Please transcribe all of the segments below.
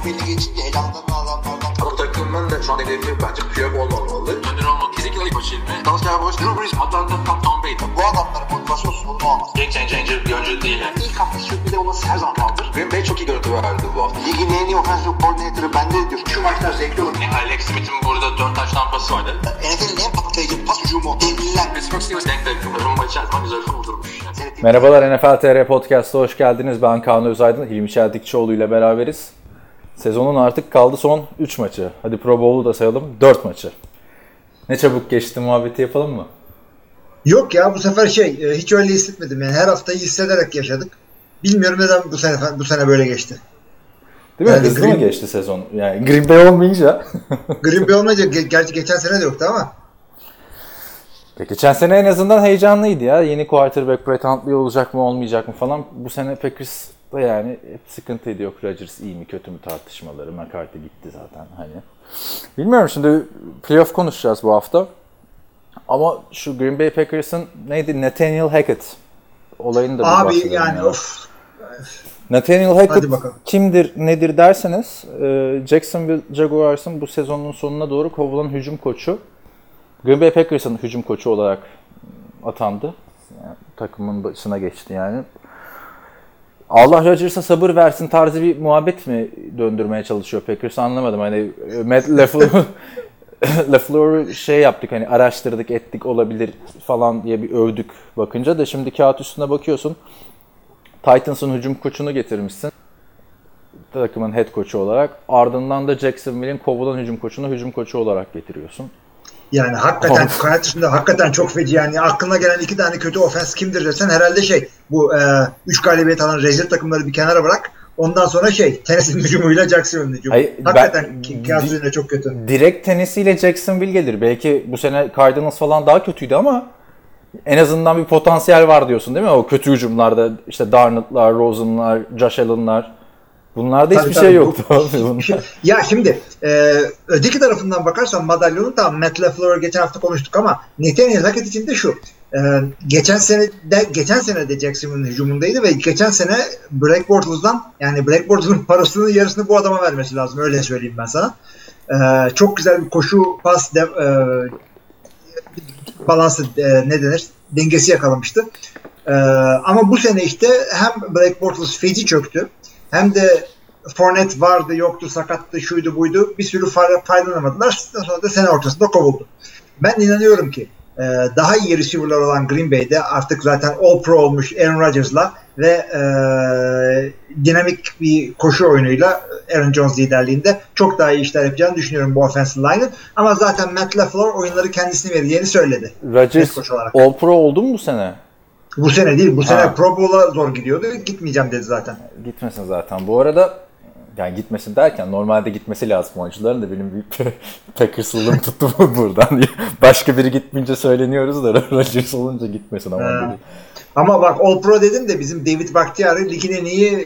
belli geçince elanlarını alanlardan. Ama takımın da şu an hedefi bence Piyok olmamalı. Önder olmak kesinlikle ilk başı ilmi. Dalsya Boş, Drew Brees, Atlanta, Tom Brady. Bu adamların motivasyon sorunu olmaz. Game changer bir oyuncu değil yani. İlk hafta sürpriz olması her zaman kaldır. Green Bay çok iyi görüntü verdi bu hafta. Ligin en iyi offensive coordinator'ı bende diyor. Şu maçlar zevkli olur. Alex Smith'in burada 4 taş tampası vardı. NFL'in en patlayıcı pas hücumu. Devliler. Pittsburgh Steelers denk denk. Rumba içerisinde güzel kurdurmuş. Merhabalar, NFL TR Podcast'a hoş geldiniz. Ben Kaan Özaydın, Hilmi Çeltikçioğlu ile beraberiz. Sezonun artık kaldı son 3 maçı. Hadi Pro Bowl'u da sayalım, 4 maçı. Ne çabuk geçti muhabbeti yapalım mı? Yok ya, bu sefer hiç öyle hissetmedim. Yani her haftayı hissederek yaşadık. Bilmiyorum neden bu sene böyle geçti. Değil mi? Yani hızlı mı geçti sezon? Yani Green Bay olmayınca. Green Bay olmayınca gerçi geçen sene de yoktu ama. Geçen sene en azından heyecanlıydı ya. Yeni quarterback Brett Hundley olacak mı olmayacak mı falan. Bu sene Packers'da yani hep sıkıntıydı. Yok Rodgers iyi mi kötü mü tartışmaları. McCarthy gitti zaten hani. Bilmiyorum, şimdi playoff konuşacağız bu hafta. Ama şu Green Bay Packers'ın neydi? Nathaniel Hackett olayını da bir bahsedelim. Abi yani of. Nathaniel Hackett kimdir, nedir derseniz Jacksonville Jaguars'ın bu sezonun sonuna doğru kovulan hücum koçu. Green Bay Packers'ın hücum koçu olarak atandı. Yani, takımın başına geçti yani. Allah Rodgers'a sabır versin tarzı bir muhabbet mi döndürmeye çalışıyor Packers, anlamadım. Hani Matt LaFleur'u yaptık, hani araştırdık ettik olabilir falan diye bir övdük bakınca da şimdi kağıt üstüne bakıyorsun. Titans'ın hücum koçunu getirmişsin takımın head koçu olarak. Ardından da Jacksonville'in kovulan hücum koçunu hücum koçu olarak getiriyorsun. Yani hakikaten kayıt üstünde hakikaten çok feci yani. Aklına gelen 2 tane kötü ofens kimdir desen herhalde bu 3 galibiyet alan rezil takımları bir kenara bırak. Ondan sonra Tennessee'nin hücumuyla Jacksonville'in hücumu. Hakikaten kağıt üstünde çok kötü. Direkt Tennessee ile Jacksonville gelir. Belki bu sene Cardinals falan daha kötüydü ama en azından bir potansiyel var diyorsun değil mi? O kötü hücumlarda işte Darnold'lar, Rosen'lar, Josh Allen'lar. Bunlarda hiçbir şey yoktu. Ya şimdi öteki tarafından bakarsan madalyonun tam Matt LaFleur'u geçen hafta konuştuk ama Nathaniel Hackett için de şu. Geçen sene de Jacksonville'in hücumundaydı ve geçen sene Blake Bortles'dan, yani Blake Bortles'un parasının yarısını bu adama vermesi lazım. Öyle söyleyeyim ben sana. Çok güzel bir koşu pas balansı ne denir? Dengesi yakalamıştı. Ama bu sene hem Blake Bortles feci çöktü, hem de Fournette vardı yoktu, sakattı, şuydu buydu, bir sürü faydalanamadılar. Sonra da sene ortasında kovuldu. Ben inanıyorum ki daha iyi receiver'lar olan Green Bay'de artık zaten All Pro olmuş Aaron Rodgers'la ve dinamik bir koşu oyunuyla Aaron Jones liderliğinde çok daha iyi işler yapacağını düşünüyorum bu offensive line'ın. Ama zaten Matt LaFleur oyunları kendisine vereceğini söyledi. Rodgers All Pro oldu mu bu sene? Bu sene değil. Bu sene Pro Bowl'a zor gidiyordu. Gitmeyeceğim dedi zaten. Gitmesin zaten. Bu arada yani gitmesin derken normalde gitmesi lazım oyuncuların da, benim bir Packers'lığım tuttu buradan. Başka biri gitmeyince söyleniyoruz da Rodgers olunca gitmesin ama. Ama bak All Pro dedim de bizim David Bakhtiari ligin en iyi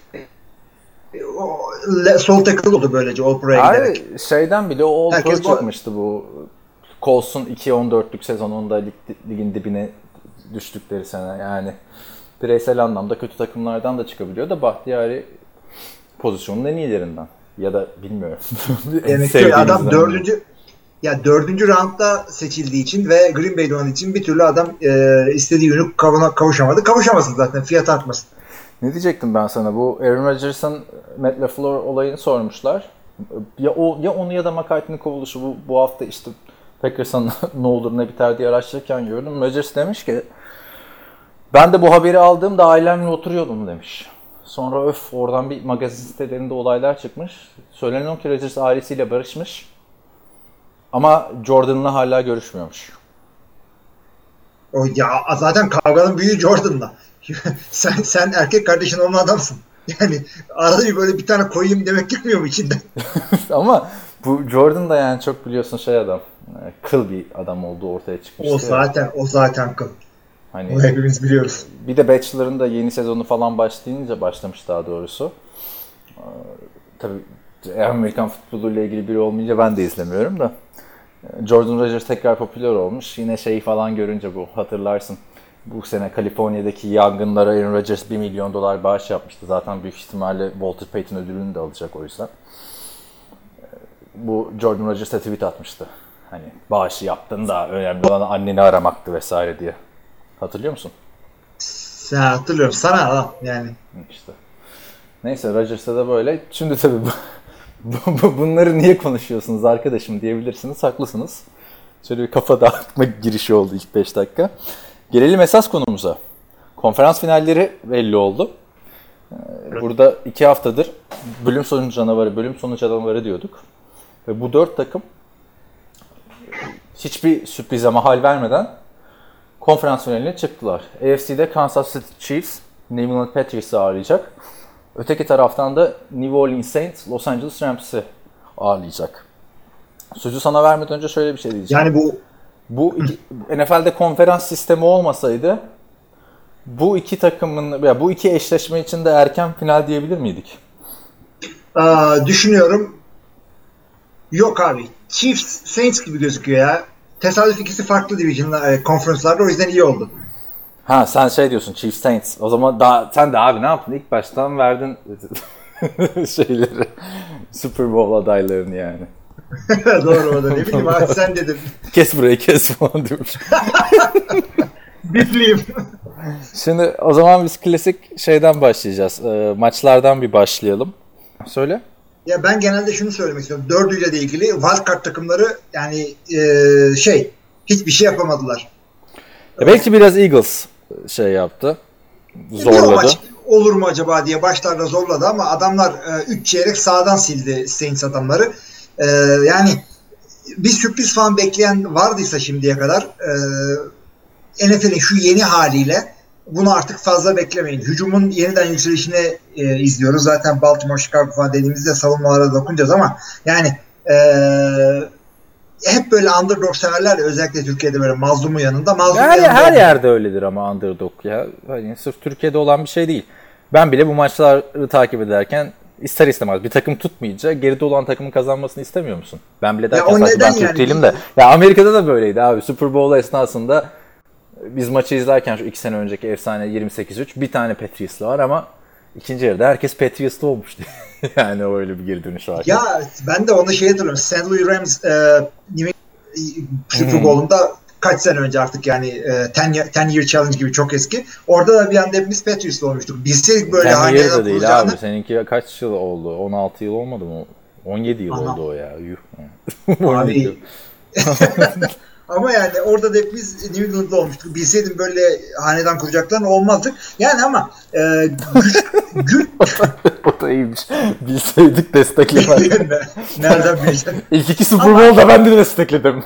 sol tackle oldu böylece All Pro'ya giderek. Şeyden bile o All Pro çıkmıştı bu. Colts'un 2-14'lük sezonunda ligin dibine düştükleri sene, yani bireysel anlamda kötü takımlardan da çıkabiliyor da Bahtiyari pozisyonun en iyilerinden ya da bilmiyorum. Demek ki adam 4. roundda seçildiği için ve Green Bay'de oynadığı için bir türlü adam istediği yönü kavuşamadı. Kavuşamasın zaten, fiyat artmasın. Ne diyecektim ben sana? Bu Aaron Rodgers'ın Matt LaFleur olayını sormuşlar. Ya onu ya da McCarthy'nin kovuluşu bu hafta Packers'ın ne olur ne biter diye araştırırken gördüm. Rodgers demiş ki ben de bu haberi aldığımda ailemle oturuyordum demiş. Sonra oradan bir magazin sitelerinde olaylar çıkmış. Söyleniyor ki Rodgers ailesiyle barışmış. Ama Jordan'la hala görüşmüyormuş. Ya zaten kavganın büyüğü Jordan'la. sen erkek kardeşin olan adamsın. Yani arada bir bir tane koyayım demek gelmiyor mu içinden? Ama bu Jordan da yani çok biliyorsun adam. Kıl bir adam olduğu ortaya çıkmıştı. O zaten kıl. Hani, o hepimiz biliyoruz. Bir de Bachelor'ın da yeni sezonu falan başlamış daha doğrusu. Tabii Amerikan futboluyla ilgili biri olmayınca ben de izlemiyorum da. Jordan Rodgers tekrar popüler olmuş. Yine falan görünce bu, hatırlarsın. Bu sene Kaliforniya'daki yangınlara Aaron Rodgers $1 milyon bağış yapmıştı. Zaten büyük ihtimalle Walter Payton ödülünü de alacak o yüzden. bu Jordan Rodgers'a tweet atmıştı. Hani bağışı yaptın da önemli olan anneni aramaktı vesaire diye. Hatırlıyor musun? Sen hatırlıyorum. Sana adam yani. İşte. Neyse Rodgers'a da böyle. Şimdi tabii bunları niye konuşuyorsunuz arkadaşım diyebilirsiniz. Haklısınız. Şöyle bir kafa dağıtma girişi oldu ilk 5 dakika. Gelelim esas konumuza. Konferans finalleri belli oldu. Burada 2 haftadır bölüm sonu canavarı diyorduk. Ve bu 4 takım hiçbir sürprize mahal vermeden konferans finaline çıktılar. AFC'de Kansas City Chiefs, New England Patriots'ı ağırlayacak. Öteki taraftan da New Orleans Saints, Los Angeles Rams'ı ağırlayacak. Sözü sana vermeden önce şöyle bir şey diyeceğim. Yani Bu NFL'de konferans sistemi olmasaydı bu iki takımın ya bu iki eşleşme için de erken final diyebilir miydik? Düşünüyorum. Yok abi. Chiefs Saints gibi gözüküyor ya. Tesadüf ikisi farklı division'lar, konferanslarda, o yüzden iyi oldu. Ha sen şey diyorsun Chiefs Saints. O zaman sen de abi ne yaptın? İlk baştan verdin şeyleri. Super Bowl adaylarını yani. Doğru o da, ne bileyim abi, sen dedin. Kes burayı kes falan diyormuş. Bitliyim. Şimdi o zaman biz klasik şeyden başlayacağız. Maçlardan bir başlayalım. Söyle. Ya ben genelde şunu söylemek istiyorum. Dördüyle de ilgili wildcard takımları yani hiçbir şey yapamadılar. Belki biraz Eagles şey yaptı. Zorladı. Bir maç olur mu acaba diye başlarda zorladı ama adamlar 3 çeyrek sağdan sildi Saints adamları. Yani bir sürpriz falan bekleyen vardıysa şimdiye kadar NFL'in şu yeni haliyle bunu artık fazla beklemeyin. Hücumun yeniden yükselişini izliyoruz. Zaten Baltimore, Chicago falan dediğimizde savunmalara dokunacağız ama yani hep böyle underdog severler ya, özellikle Türkiye'de böyle mazlumun yanında. Her yerde öyledir ama underdog ya. Hani sırf Türkiye'de olan bir şey değil. Ben bile bu maçları takip ederken ister istemez bir takım tutmayınca geride olan takımın kazanmasını istemiyor musun? Ben bile derken sadece ben Türk değilim de. Ya Amerika'da da böyleydi abi. Super Bowl esnasında biz maçı izlerken şu 2 sene önceki efsane 28-3 bir tane Patriots'lı var ama ikinci yarıda herkes Patriots'lı olmuştu. Yani öyle bir geri dönüş var. Ya ben de onu hatırlıyorum. St. Louis Rams Super Bowl'unda kaç sene önce artık yani 10 year challenge gibi çok eski. Orada da bir anda hepimiz Patriots'lı olmuştuk. Bilseydik böyle haneler kuracağını. Değil abi. Seninki kaç yıl oldu? 16 yıl olmadı mı? 17 yıl oldu o ya. Abi. Ama yani orada da hepimiz New England'da olmuştuk. Bilseydim böyle hanedan kuracaklarını olmazdık. Yani ama o da iyiymiş. Bilseydik desteklemek. Nereden bileceksin? İlk 2 Super Bowl'da ben de destekledim.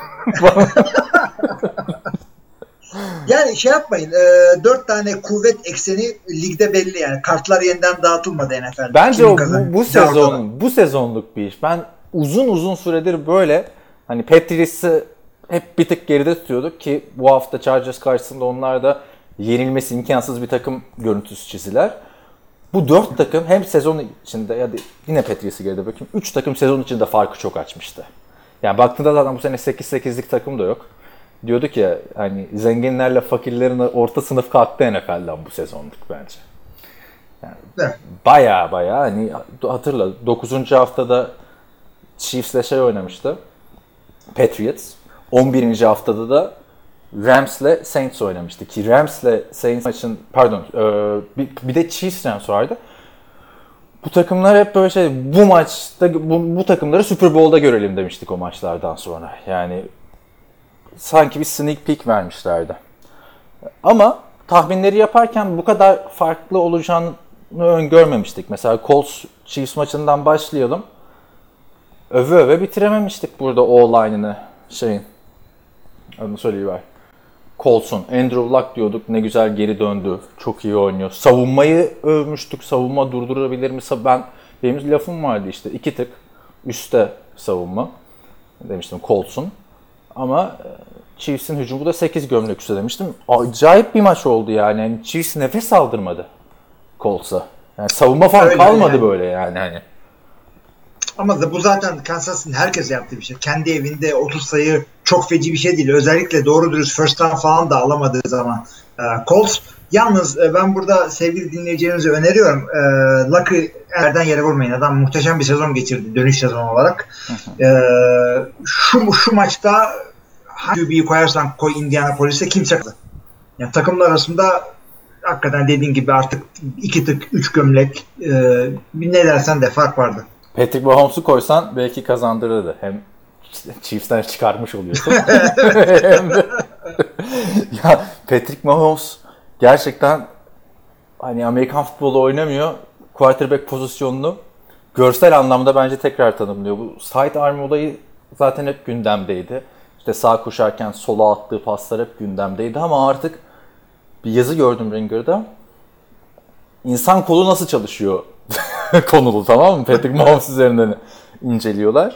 Yani şey yapmayın. 4 tane kuvvet ekseni ligde belli yani. Kartlar yeniden dağıtılmadı NFL'de. Bence bu sezonluk bir iş. Ben uzun süredir böyle hani Patriots'ı hep bir tık geride tutuyorduk ki bu hafta Chargers karşısında onlar da yenilmesi imkansız bir takım görüntüsü çizdiler. Bu 4 takım hem sezon içinde ya da yine Patriots'ı geride bakayım 3 takım sezon içinde farkı çok açmıştı. Yani baktığında zaten bu sene 8-8'lik takım da yok. Diyorduk ya hani zenginlerle fakirlerin orta sınıf kalktı NFL'den bu sezonluk bence. Yani baya hani hatırla 9. haftada Chiefs'le oynamıştı. Patriots. 11. haftada da Rams'le Saints oynamıştı ki Rams'le Saints maçın bir de Chiefs Rams vardı. Bu takımlar hep böyle bu maçta bu takımları Super Bowl'da görelim demiştik o maçlardan sonra. Yani sanki bir sneak peek vermişlerdi. Ama tahminleri yaparken bu kadar farklı olacağını öngörmemiştik. Mesela Colts Chiefs maçından başlayalım. Öve bitirememiştik burada O-line'ını adını söyleyiver. Colts'un. Andrew Luck diyorduk. Ne güzel geri döndü. Çok iyi oynuyor. Savunmayı övmüştük. Savunma durdurabilir mi? Benim lafım vardı işte. 2 tık üstte savunma demiştim Colts'un. Ama Chiefs'in hücumu da 8 gömlek üstte demiştim. Acayip bir maç oldu yani. Chiefs nefes aldırmadı Colts'a. Yani savunma falan öyle kalmadı yani. Böyle yani hani. Ama da bu zaten Kansas'ın herkese yaptığı bir şey. Kendi evinde 30 sayı çok feci bir şey değil. Özellikle doğru dürüst first down falan da alamadığı zaman Colts Yalnız ben burada sevgili dinleyicilerimize öneriyorum. Luck'ı yerden yere vurmayın. Adam muhteşem bir sezon geçirdi dönüş sezonu olarak. Şu maçta QB'yi koyarsan koy Indianapolis'e kimse kaldı. Yani takımlar arasında hakikaten dediğin gibi artık 2 tık 3 gömlek ne dersen de fark vardı. Patrick Mahomes'u koysan belki kazandırırdı. Hem Chiefs'ten çıkarmış oluyorsun. Hem de ya Patrick Mahomes gerçekten hani Amerikan futbolu oynamıyor. Quarterback pozisyonunu görsel anlamda bence tekrar tanımlıyor. Bu sidearm olayı zaten hep gündemdeydi. İşte sağ koşarken sola attığı paslar hep gündemdeydi ama artık bir yazı gördüm Ringer'da. İnsan kolu nasıl çalışıyor konulu, tamam mı? Patrick Mahomes üzerinden inceliyorlar.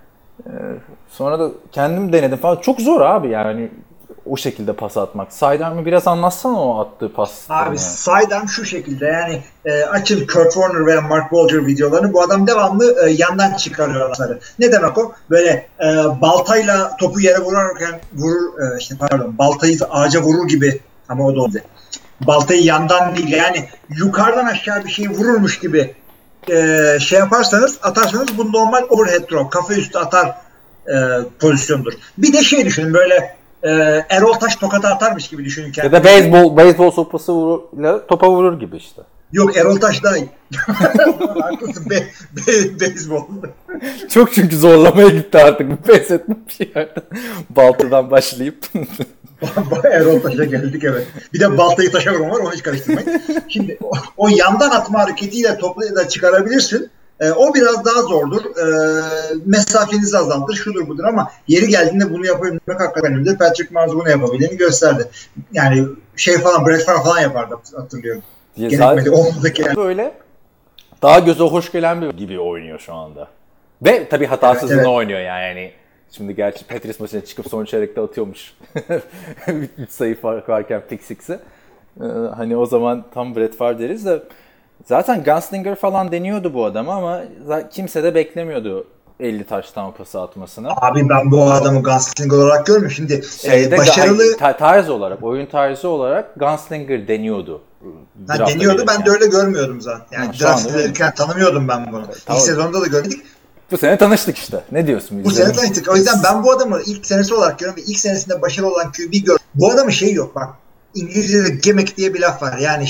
Sonra da kendim denedim falan. Çok zor abi yani o şekilde pas atmak. Sidearm'ı biraz anlatsana o attığı pas. Abi yani. sidearm şu şekilde yani açın Kurt Warner veya Mark Bulger videolarını, bu adam devamlı yandan çıkarıyor atları. Ne demek o? Böyle baltayla topu yere vururken baltayı ağaca vurur gibi, ama o da oldu. Baltayı yandan değil yani yukarıdan aşağı bir şey vururmuş gibi şey yaparsanız, atarsanız bu normal overhead throw, kafa üstü atar pozisyondur. Bir de şey düşünün, böyle Erol Taş tokatı atarmış gibi düşünün kendini. Ya da beyzbol sopası topa vurur gibi işte. Yok, Erol Taş daha iyi. Haklısın, beyzbol. Çok çünkü zorlamaya gitti artık. Bir pes etmiş yerden. Baltadan başlayıp. Erol Taş'a geldik, evet. Bir de baltayı taşa vurma var, onu hiç karıştırmayın. Şimdi o yandan atma hareketiyle topu da çıkarabilirsin. O biraz daha zordur. Mesafenizi azaltır, şudur budur, ama yeri geldiğinde bunu yapabilmek hakikaten önemli. Patrick Mahomes bunu yapabildiğini gösterdi. Yani şey falan, Brett Favre falan yapardı, hatırlıyorum. Böyle daha göze hoş gelen bir gibi oynuyor şu anda. Ve tabii hatasızlığını oynuyor yani. Şimdi gerçi Patriots maçına çıkıp son çeyrekte atıyormuş. 3 sayı fark varken pick six'i. Hani o zaman tam Brett Favre deriz de zaten Gunslinger falan deniyordu bu adama ama kimse de beklemiyordu 50 taştan pası atmasını. Abi ben bu adamı Gunslinger olarak görmüyorum. Şimdi başarılı tarz olarak, oyun tarzı olarak Gunslinger deniyordu. Deniyordu, ben de öyle görmüyordum zaten. Yani draft edilirken tanımıyordum ben bunu. İlk sezonda da gördük. Bu sene tanıştık işte. Ne diyorsun? Bu sene tanıştık. O yüzden ben bu adamı ilk senesi olarak görüyorum ve ilk senesinde başarılı olan QB görüyorum. Bu adamın şey yok bak. İngilizce'de gimmick diye bir laf var. Yani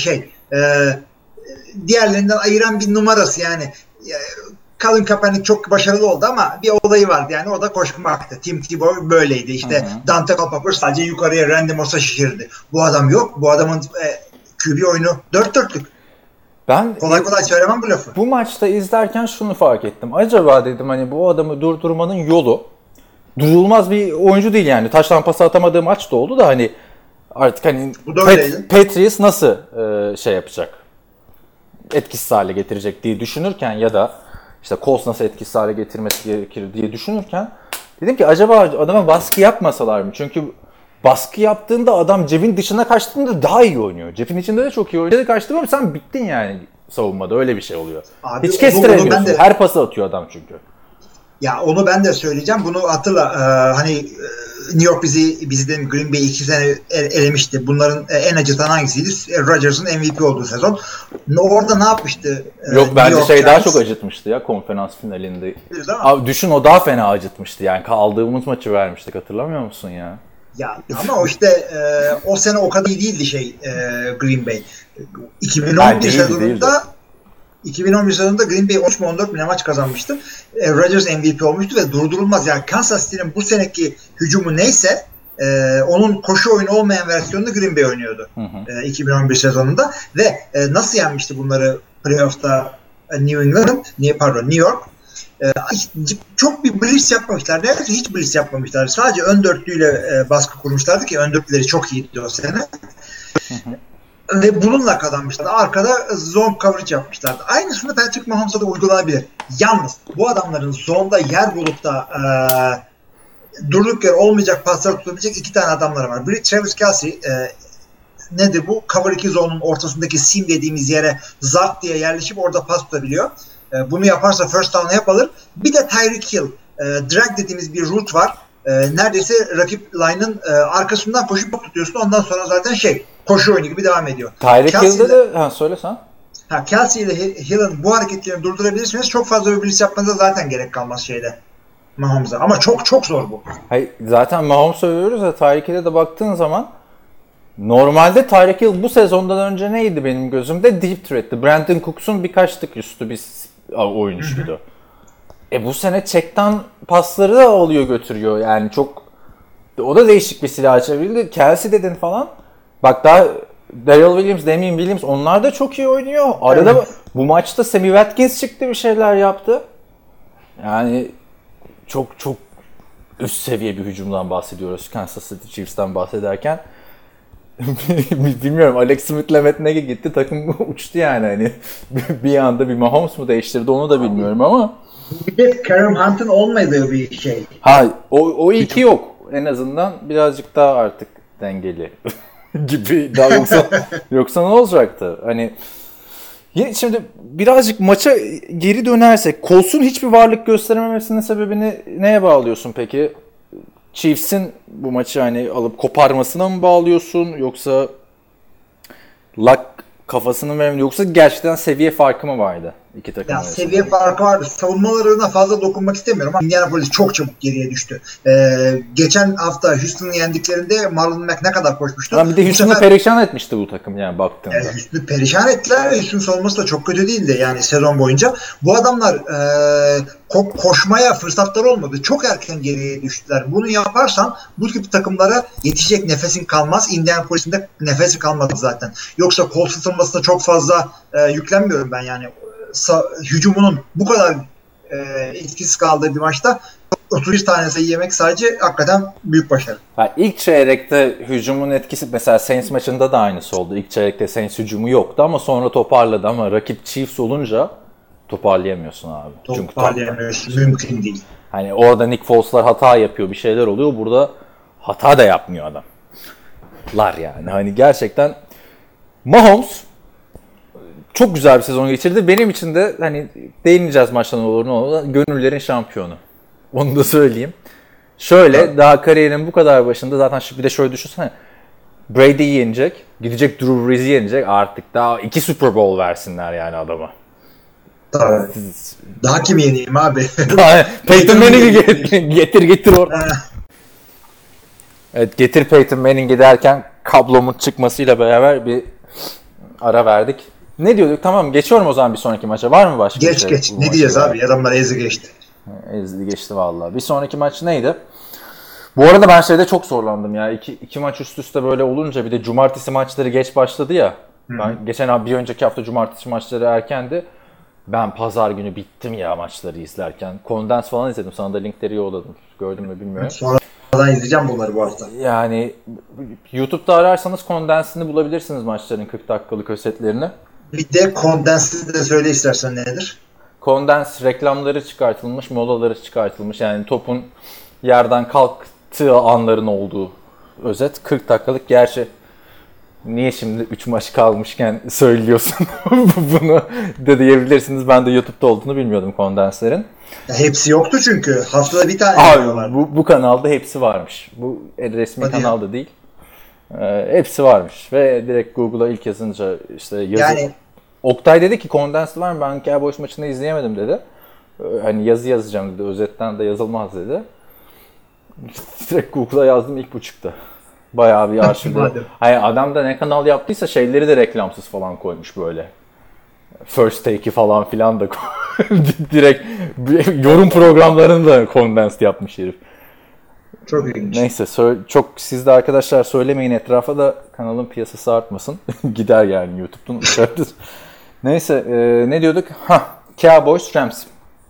diğerlerinden ayıran bir numarası yani. Colin Kaepernick çok başarılı oldu ama bir olayı vardı yani, o da koşmaktı. Tim Tebow böyleydi. İşte Dante Culpepper sadece yukarıya Randy Moss'a şişirdi. Bu adam yok. Bu adamın QB oyunu dört dörtlük. Ben kolay söylemem bu lafı. Bu maçta izlerken şunu fark ettim. Acaba dedim hani bu adamı durdurmanın yolu, durulmaz bir oyuncu değil yani. Taştan pas atamadığı maç da oldu da hani artık hani Patriots nasıl şey yapacak? Etkisiz hale getirecek diye düşünürken ya da işte Colts nasıl etkisiz hale getirmesi gerekir diye düşünürken dedim ki acaba adama baskı yapmasalar mı? Çünkü baskı yaptığında adam cebin dışına kaçtığında daha iyi oynuyor. Cebin içinde de çok iyi oynuyor. Kaçtı ama sen bittin yani savunmada. Öyle bir şey oluyor. Abi, hiç kestiremiyorsun. Her pası atıyor adam çünkü. Ya onu ben de söyleyeceğim. Bunu hatırla. Hani New York bizi de Green Bay 2 sene elemişti. Bunların en acıtan hangisiydi? Rodgers'ın MVP olduğu sezon. Orada ne yapmıştı? Yok bence daha çok acıtmıştı ya konferans finalinde. Abi düşün, o daha fena acıtmıştı. Yani aldığımız maçı vermiştik, hatırlamıyor musun ya? Ya ama o işte o sene o kadar iyi değildi Green Bay. 2011 sezonunda Green Bay 13 mi 14 mi maç kazanmıştı. Rodgers MVP olmuştu ve durdurulmaz. Yani Kansas City'nin bu seneki hücumu neyse onun koşu oyunu olmayan versiyonunu Green Bay oynuyordu 2011 sezonunda ve nasıl yenmişti bunları playoff'ta New York. Çok bir blitz yapmamışlar. Neredeyse hiç blitz yapmamışlar. Sadece ön dörtlüyle baskı kurmuşlardı ki ön dörtlüleri çok iyiydi o sene. Ve bununla kazanmışlar. Arkada zone coverage yapmışlardı. Aynısını Patrick Mahomes'a da uygulanabilir. Yalnız bu adamların zonda yer bulup da durduk yer olmayacak paslar tutabilecek 2 tane adamları var. Biri Travis Kelce, nedir bu? Cover 2 zonun ortasındaki seam dediğimiz yere zart diye yerleşip orada pas tutabiliyor. Bunu yaparsa first down'a alır. Bir de Tyreek Hill. Drag dediğimiz bir route var. neredeyse rakip line'ın arkasından koşup tutuyorsun. Ondan sonra zaten koşu oyunu gibi devam ediyor. Tyreek Hill'de de söyle sen. Kelsey ile Hill'in bu hareketlerini durdurabilirsiniz. Çok fazla bir blitz yapmanıza zaten gerek kalmaz Mahomes'a. Ama çok çok zor bu. Hayır, zaten Mahomes söylüyoruz ya, Tyreek Hill'e de baktığın zaman normalde Tyreek Hill bu sezondan önce neydi benim gözümde? Deep threat'ti. Brandon Cooks'un birkaç tık üstü bir oyuncuydu. Bu sene check'ten pasları da alıyor götürüyor. Yani çok, o da değişik bir silah çevirdi. Kelsey dedin falan. Bak daha Darrell Williams, Damien Williams, onlar da çok iyi oynuyor. Arada bu maçta Sammy Watkins çıktı, bir şeyler yaptı. Yani çok çok üst seviye bir hücumdan bahsediyoruz Kansas City Chiefs'ten bahsederken. Bilmiyorum, Alex Smith'le Matt Nagy gitti, takım uçtu yani. Hani bir anda bir Mahomes mu değiştirdi onu da bilmiyorum ama. Bir de Kareem Hunt'ın olmadığı bir şey. O iki yok. En azından birazcık daha artık dengeli gibi. Daha yoksa ne olacaktı? Hani şimdi birazcık maça geri dönersek, Colts'un hiçbir varlık gösterememesinin sebebini neye bağlıyorsun peki? Chiefs'in bu maçı hani alıp koparmasına mı bağlıyorsun, yoksa Luck kafasını vermedi, yoksa gerçekten seviye farkı mı vardı iki takım arasında? Seviye farkı vardı. Savunmalarına fazla dokunmak istemiyorum ama Indianapolis çok çabuk geriye düştü. Geçen hafta Houston'u yendiklerinde Marlon Mack ne kadar koşmuştu? Bir de Houston'u perişan etmişti bu takım yani baktığında. Houston'u perişan ettiler. Houston savunması da çok kötü değildi yani sezon boyunca. Bu adamlar koşmaya fırsatları olmadı. Çok erken geriye düştüler. Bunu yaparsan bu gibi takımlara yetişecek nefesin kalmaz. Indianapolis'in de nefesi kalmadı zaten. Yoksa Colts savunmasına çok fazla yüklenmiyorum ben yani. Hücumunun bu kadar etkisiz kaldığı bir maçta 31 tane sayı yemek sadece hakikaten büyük başarı. İlk çeyrekte hücumun etkisi, mesela Saints maçında da aynısı oldu. İlk çeyrekte Saints hücumu yoktu ama sonra toparladı, ama rakip Chiefs olunca toparlayamıyorsun abi. Toparlayamıyorsun. Mümkün değil. Hani orada Nick Foles'lar hata yapıyor, bir şeyler oluyor. Burada hata da yapmıyor adamlar yani. Hani gerçekten Mahomes çok güzel bir sezon geçirdi. Benim için de hani değineceğiz maçtan olur ne olur, gönüllerin şampiyonu. Onu da söyleyeyim. Şöyle, daha kariyerin bu kadar başında zaten bir de şöyle düşünsene. Brady'yi yenecek, gidecek Drew Brees'i yenecek, artık daha 2 Super Bowl versinler yani adama. Tabii. Daha kim yeneyim abi? Peyton Manning'i getir orada. Evet, getir Peyton Manning'i derken kablomun çıkmasıyla beraber bir ara verdik. Ne diyorduk? Tamam, geçiyorum o zaman bir sonraki maça. Var mı başka bir şey? Geç. Ne diyeceğiz abi? Adamlar ezdi geçti. Ezdi geçti vallahi. Bir sonraki maç neydi? Bu arada ben şeyde çok zorlandım ya. İki maç üst üste böyle olunca, bir de cumartesi maçları geç başladı ya. Ben bir önceki hafta cumartesi maçları erkendi. Ben pazar günü bittim ya maçları izlerken. Kondens falan izledim. Sana da linkleri yolladım. Gördün mü bilmiyorum. Sonradan izleyeceğim bunları bu hafta. Yani YouTube'da ararsanız kondensini bulabilirsiniz, maçların 40 dakikalık özetlerini. Bir de kondensi de söyle istersen nedir? Kondens reklamları çıkartılmış, molaları çıkartılmış. Yani topun yerden kalktığı anların olduğu özet. 40 dakikalık. Gerçi niye şimdi 3 maç kalmışken söylüyorsun bunu da diyebilirsiniz. Ben de YouTube'da olduğunu bilmiyordum kondenslerin. Hepsi yoktu çünkü. Haftada bir tane var. Bu kanalda hepsi varmış. Bu resmi kanalda değil. Hepsi varmış. Ve direkt Google'a ilk yazınca işte yani Oktay dedi ki kondens var mı? Ben Cowboys maçını izleyemedim dedi. Hani yazı yazacağım dedi. Özetten de yazılmaz dedi. Direkt Google'a yazdım, ilk bu çıktı. Bayağı bir arşivde. Hani adam da ne kanal yaptıysa şeyleri de reklamsız falan koymuş böyle. First Take'i falan filan da direkt yorum programlarını da condensed yapmış herif. Çok ilginç. Neyse, çok siz de arkadaşlar söylemeyin etrafa da kanalın piyasası artmasın. Gider yani YouTube'dan uçardır. Neyse, ne diyorduk? Cowboys Rams.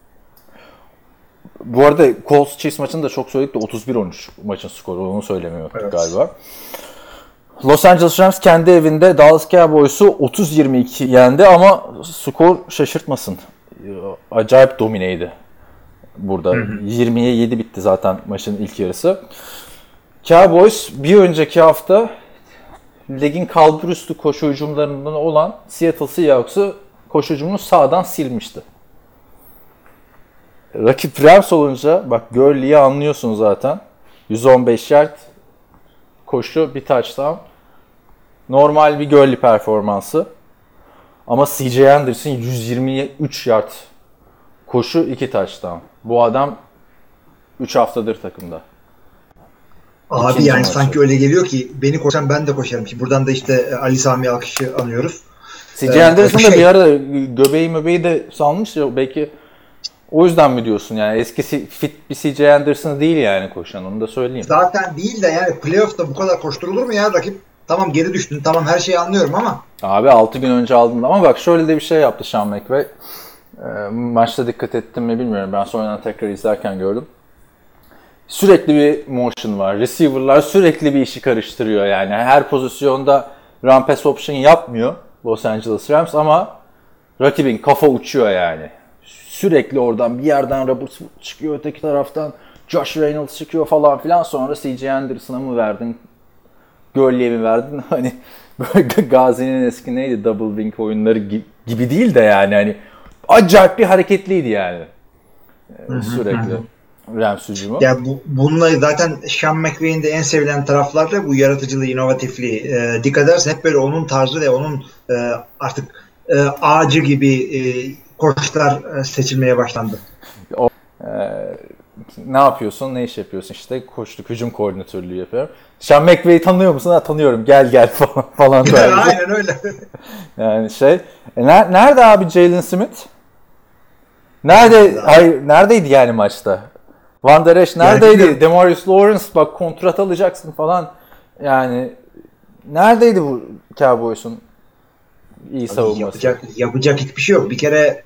Bu arada Colts Chiefs maçını da çok söyledik de 31-13 maçın skoru, onu söylemiyorduk galiba. Los Angeles Rams kendi evinde Dallas Cowboys'u 30-22 yendi ama skor şaşırtmasın. Acayip domineydi burada. 20'ye 7 bitti zaten maçın ilk yarısı. Cowboys bir önceki hafta ligin kalburüstü koşu hücumlarından olan Seattle Seahawks'ı koşu hücumunu sağdan silmişti. Rakip Rams olunca bak, Gurley'i anlıyorsun zaten. 115 yard koşu, bir touchdown. Normal bir Gurley performansı. Ama CJ Anderson 123 yard koşu, 2 touchdown. Bu adam 3 haftadır takımda. Abi İkinci yani maçı. sanki öyle geliyor ki beni koşan ben de koşarım ki. Buradan da işte Ali Sami Alkış'ı anıyoruz. CJ Anderson da bir ara göbeği de salmış ya, belki o yüzden mi diyorsun yani, eskisi fit bir CJ Anderson değil yani koşan, onu da söyleyeyim. Zaten değil de yani playoff'ta bu kadar koşturulur mu ya rakip? Tamam geri düştün, tamam her şeyi anlıyorum ama. Abi 6 gün önce aldım ama bak şöyle de bir şey yaptı Sean McVay. Maçta dikkat ettim mi bilmiyorum, ben sonradan tekrar izlerken gördüm. Sürekli bir motion var. Receiver'lar sürekli bir işi karıştırıyor yani. Her pozisyonda run pass option yapmıyor Los Angeles Rams ama rakibin kafa uçuyor yani. Sürekli oradan bir yerden Robert çıkıyor, öteki taraftan Josh Reynolds çıkıyor falan filan, sonra CJ Anderson'a mı verdin, Gurley'e mi verdin? Hani Gazi'nin eski neydi, double wing oyunları gibi değil de yani hani acayip bir hareketliydi yani. Sürekli Rams hücumu. Ya bununla zaten Sean McVay'in de en sevilen tarafları bu yaratıcılığı, inovatifliği. Dikkat edersen hep böyle onun tarzı ve onun artık ağacı gibi koçlar seçilmeye başlandı. Ne yapıyorsun, ne iş yapıyorsun? İşte koçluk, hücum koordinatörlüğü yapıyorum. Sean McVay'i tanıyor musun? Ha, tanıyorum, gel falan. Aynen öyle. Yani nerede abi Jalen Smith? Neredeydi yani maçta? Van Der Esch neredeydi? Yani, Demarius Lawrence bak kontrat alacaksın falan. Yani neredeydi bu Cowboys'un iyi savunması? Yapacak hiçbir şey yok. Bir kere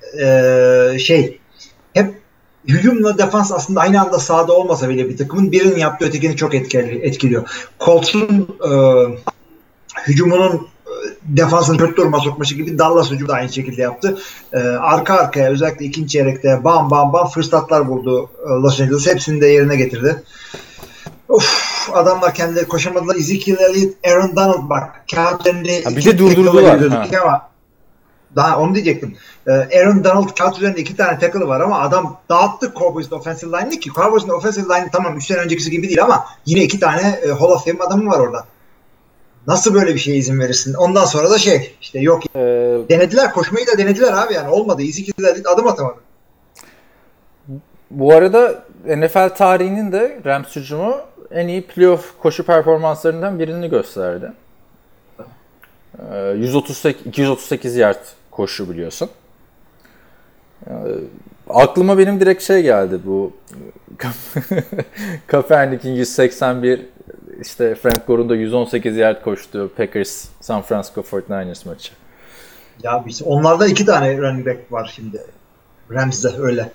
hep hücumla defans aslında aynı anda sahada olmasa bile bir takımın birinin yaptığı ötekini çok etkiliyor. Colts'un hücumunun defansın kötü duruma sokması gibi Dallas hücumu da aynı şekilde yaptı. Arka arkaya özellikle ikinci çeyrekte bam fırsatlar buldu Los Angeles. Hepsini de yerine getirdi. Adamlar kendileri koşamadılar. Ezekiel Elliott, Aaron Donald bak. Kağıtlarını bir de durdurdular. Ama daha onu diyecektim. Aaron Donald kağıt üzerinde 2 tane tackle'ı var ama adam dağıttı Cowboys'un offensive line'ı ki Cowboys'un offensive line tamam 3 sene öncekisi gibi değil ama yine 2 tane Hall of Fame adamı var orada. Nasıl böyle bir şeye izin verirsin? Ondan sonra da işte yok. Denediler, koşmayı da denediler abi yani olmadı. Ezekiel Elliott adım atamadı. Bu arada NFL tarihinin de Rams hücumu en iyi playoff koşu performanslarından birini gösterdi. 238 yard koşu biliyorsun. Aklıma benim direkt geldi bu Kaepernick'in 181, işte Frank Gore'un da 118 yard koştuğu Packers San Francisco 49ers maçı. Ya onlarda 2 tane running back var şimdi. Rams'de öyle.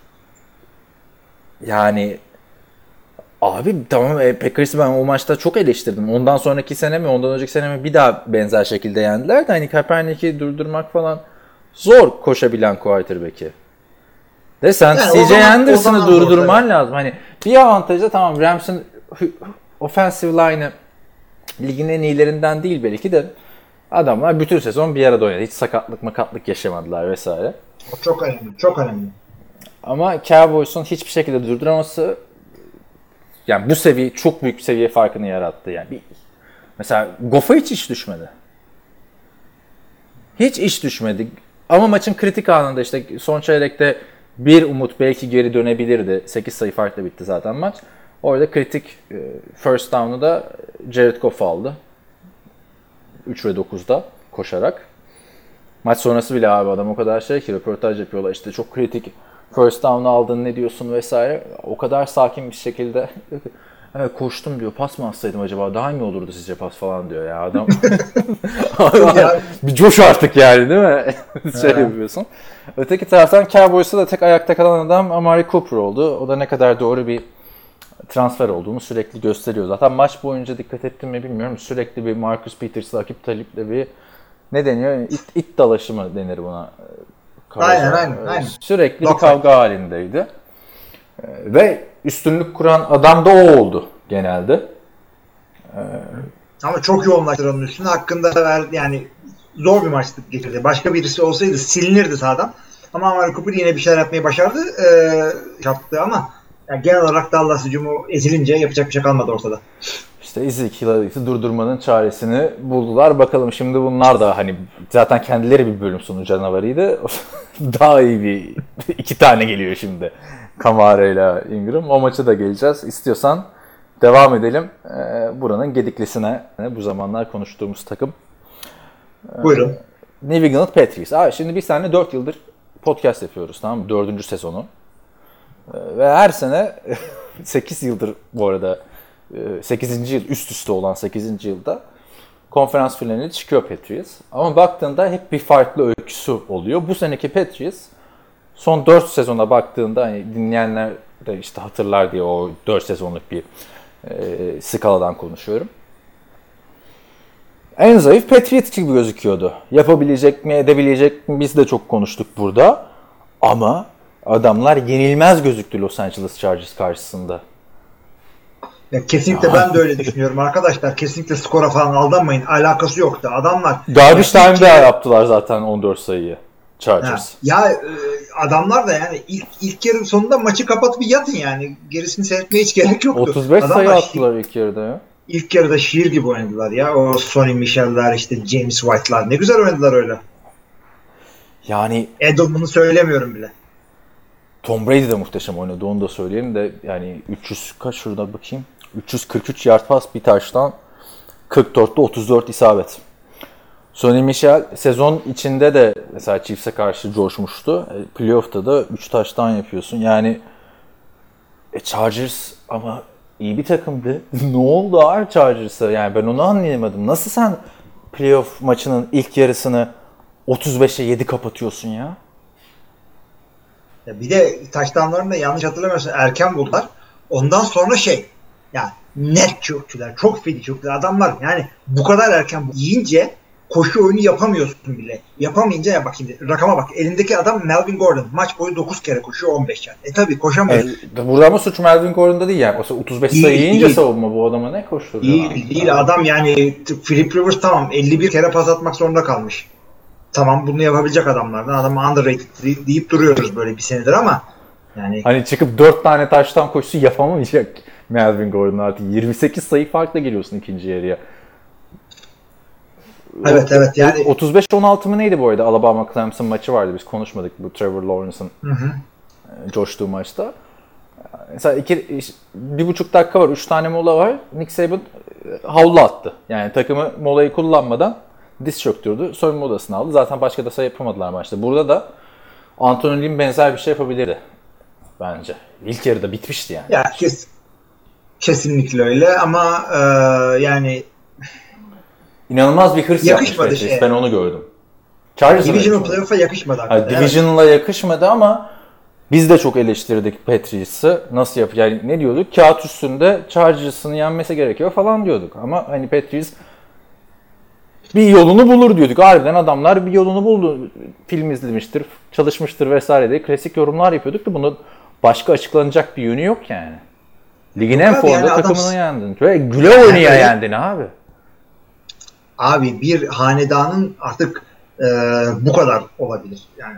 Yani abi tamam, Packers'ı ben o maçta çok eleştirdim. Ondan sonraki sene mi, ondan önceki sene mi bir daha benzer şekilde yendiler de hani Kaepernick'i durdurmak falan zor, koşabilen quarterback'i. De sen yani CJ Anderson'ı durdurman lazım. Hani bir avantajı da tamam, Rams'ın offensive line'ı ligin en iyilerinden değil belki de adamlar bütün sezon bir arada oynadı. Hiç sakatlık yaşamadılar vesaire. O çok önemli, çok önemli. Ama Cowboys'un hiçbir şekilde durduraması yani bu seviye çok büyük seviye farkını yarattı yani. Mesela Goff'a hiç iş düşmedi. Hiç iş düşmedi. Ama maçın kritik anında işte son çeyrekte bir umut belki geri dönebilirdi. 8 sayı farkla bitti zaten maç. Orada kritik first down'u da Jared Goff aldı. 3 ve 9'da koşarak. Maç sonrası bile abi adam o kadar ki röportaj yapıyorlar. İşte çok kritik first down'u aldın, ne diyorsun vesaire. O kadar sakin bir şekilde evet, koştum diyor. Pas mı atsaydım acaba? Daha iyi olurdu sizce pas falan diyor ya adam. Bir coş artık yani değil mi? Yapıyorsun. Öteki taraftan Cowboys'ta da tek ayakta kalan adam Amari Cooper oldu. O da ne kadar doğru bir transfer olduğunu sürekli gösteriyor. Zaten maç boyunca dikkat ettim mi bilmiyorum. Sürekli bir Marcus Peters'la, Akip Talip'le bir ne deniyor? İt dalaşı mı denir buna? Aynen. Sürekli bir kavga halindeydi. Ve üstünlük kuran adam da o oldu genelde. Ama çok yoğunlaştıran üstüne hakkında yani zor bir maçtı geçirdi. Başka birisi olsaydı silinirdi sahadan. Ama Amari Cooper yine bir şeyler yapmayı başardı. Yaptı ama Yani genel olarak Dallas hücumu ezilince yapacak bir şey kalmadı ortada. İşte Ezekiel'i durdurmanın çaresini buldular. Bakalım şimdi bunlar da hani zaten kendileri bir bölüm sonu canavarıydı. Daha iyi bir iki tane geliyor şimdi. Kamara ile Ingram. O maça da geleceğiz. İstiyorsan devam edelim. Buranın gediklisine bu zamanlar konuştuğumuz takım. Buyurun. New England Patriots. Şimdi biz seninle 4 yıldır podcast yapıyoruz, tamam mı? 4. sezonu. Ve her sene 8 yıldır bu arada 8. yıl üst üste olan 8. yılda konferans finaline çıkıyor Patriots. Ama baktığında hep bir farklı öyküsü oluyor. Bu seneki Patriots son 4 sezona baktığında hani dinleyenler de işte hatırlar diye o 4 sezonluk bir skaladan konuşuyorum. En zayıf Patriots gibi gözüküyordu. Yapabilecek mi, edebilecek mi biz de çok konuştuk burada. Ama adamlar yenilmez gözüktü Los Angeles Chargers karşısında. Ya kesinlikle ben de öyle düşünüyorum arkadaşlar. Kesinlikle skora falan aldanmayın. Alakası yoktu. Adamlar Garbage time'da yaptılar zaten 14 sayıyı Chargers. Adamlar da yani ilk yarı sonunda maçı kapatıp bir yatın yani. Gerisini seyretmeye hiç gerek yoktu. 35 adamlar sayı attılar ilk yarıda ya. İlk yarıda şiir gibi oynadılar ya. O Sonny Michel'ler işte James White'lar ne güzel oynadılar öyle. Yani Edelman'ı söylemiyorum bile. Tom Brady de muhteşem oynadı, onu da söyleyelim de yani 300 kaç şurada bakayım. 343 yard pas, bir taştan 44'te 34 isabet. Sonny Michel sezon içinde de mesela Chiefs'e karşı coşmuştu. Playoff'ta da 3 taştan yapıyorsun. Yani Chargers ama iyi bir takımdı. Ne oldu abi Chargers'a? Yani ben onu anlayamadım. Nasıl sen playoff maçının ilk yarısını 35'e 7 kapatıyorsun ya? Ya bir de touchdownlarını da yanlış hatırlamıyorsun erken buldular. Ondan sonra yani net çöktüler. Çok feci çöktüler. Adamlar yani bu kadar erken yiyince koşu oyunu yapamıyorsun bile. Yapamayınca ya bak şimdi rakama bak. Elindeki adam Melvin Gordon. Maç boyu 9 kere koşuyor 15 yard. Tabii koşamıyorsun. Burada ama suç Melvin Gordon'da değil yani. O 35 sayı yiyince savunma bu adama ne koşturuyor? Değil. Adam yani Philip Rivers tamam 51 kere pas atmak zorunda kalmış. Tamam bunu yapabilecek adamlardan. Adamı underrated deyip duruyoruz böyle bir senedir ama yani hani çıkıp 4 tane taştan koşusu yapamayacak Melvin Gordon artık. 28 sayı farkla geliyorsun ikinci yarıya. Evet yani 35-16 mı neydi bu arada? Alabama Clemson maçı vardı. Biz konuşmadık bu Trevor Lawrence'ın coştuğu maçta. Mesela 1,5 dakika var. 3 tane mola var. Nick Saban havlu attı. Yani takımı molayı kullanmadan diz çöktürdü. Soyunma odasını aldı. Zaten başka da sayı yapamadılar maçta. Burada da Anthony Lynn benzer bir şey yapabilirdi. Bence. İlk yarıda bitmişti yani. Ya kesinlikle öyle ama yani İnanılmaz bir hırs yakışmadı yapmış. Ben onu gördüm. Divisional playoff'a yakışmadı. Divisional'a yakışmadı ama biz de çok eleştirdik Patriots'ı. Nasıl yapacak? Yani ne diyorduk? Kağıt üstünde Chargers'ın yenmesi gerekiyor falan diyorduk. Ama hani Patriots bir yolunu bulur diyorduk. Harbiden adamlar bir yolunu buldu. Film izlemiştir, çalışmıştır vesaire diye klasik yorumlar yapıyorduk da bunun başka açıklanacak bir yönü yok yani. Ligin en formda takımını yendin. Ve güle oynaya yendin abi. Abi bir hanedanın artık bu kadar olabilir. Yani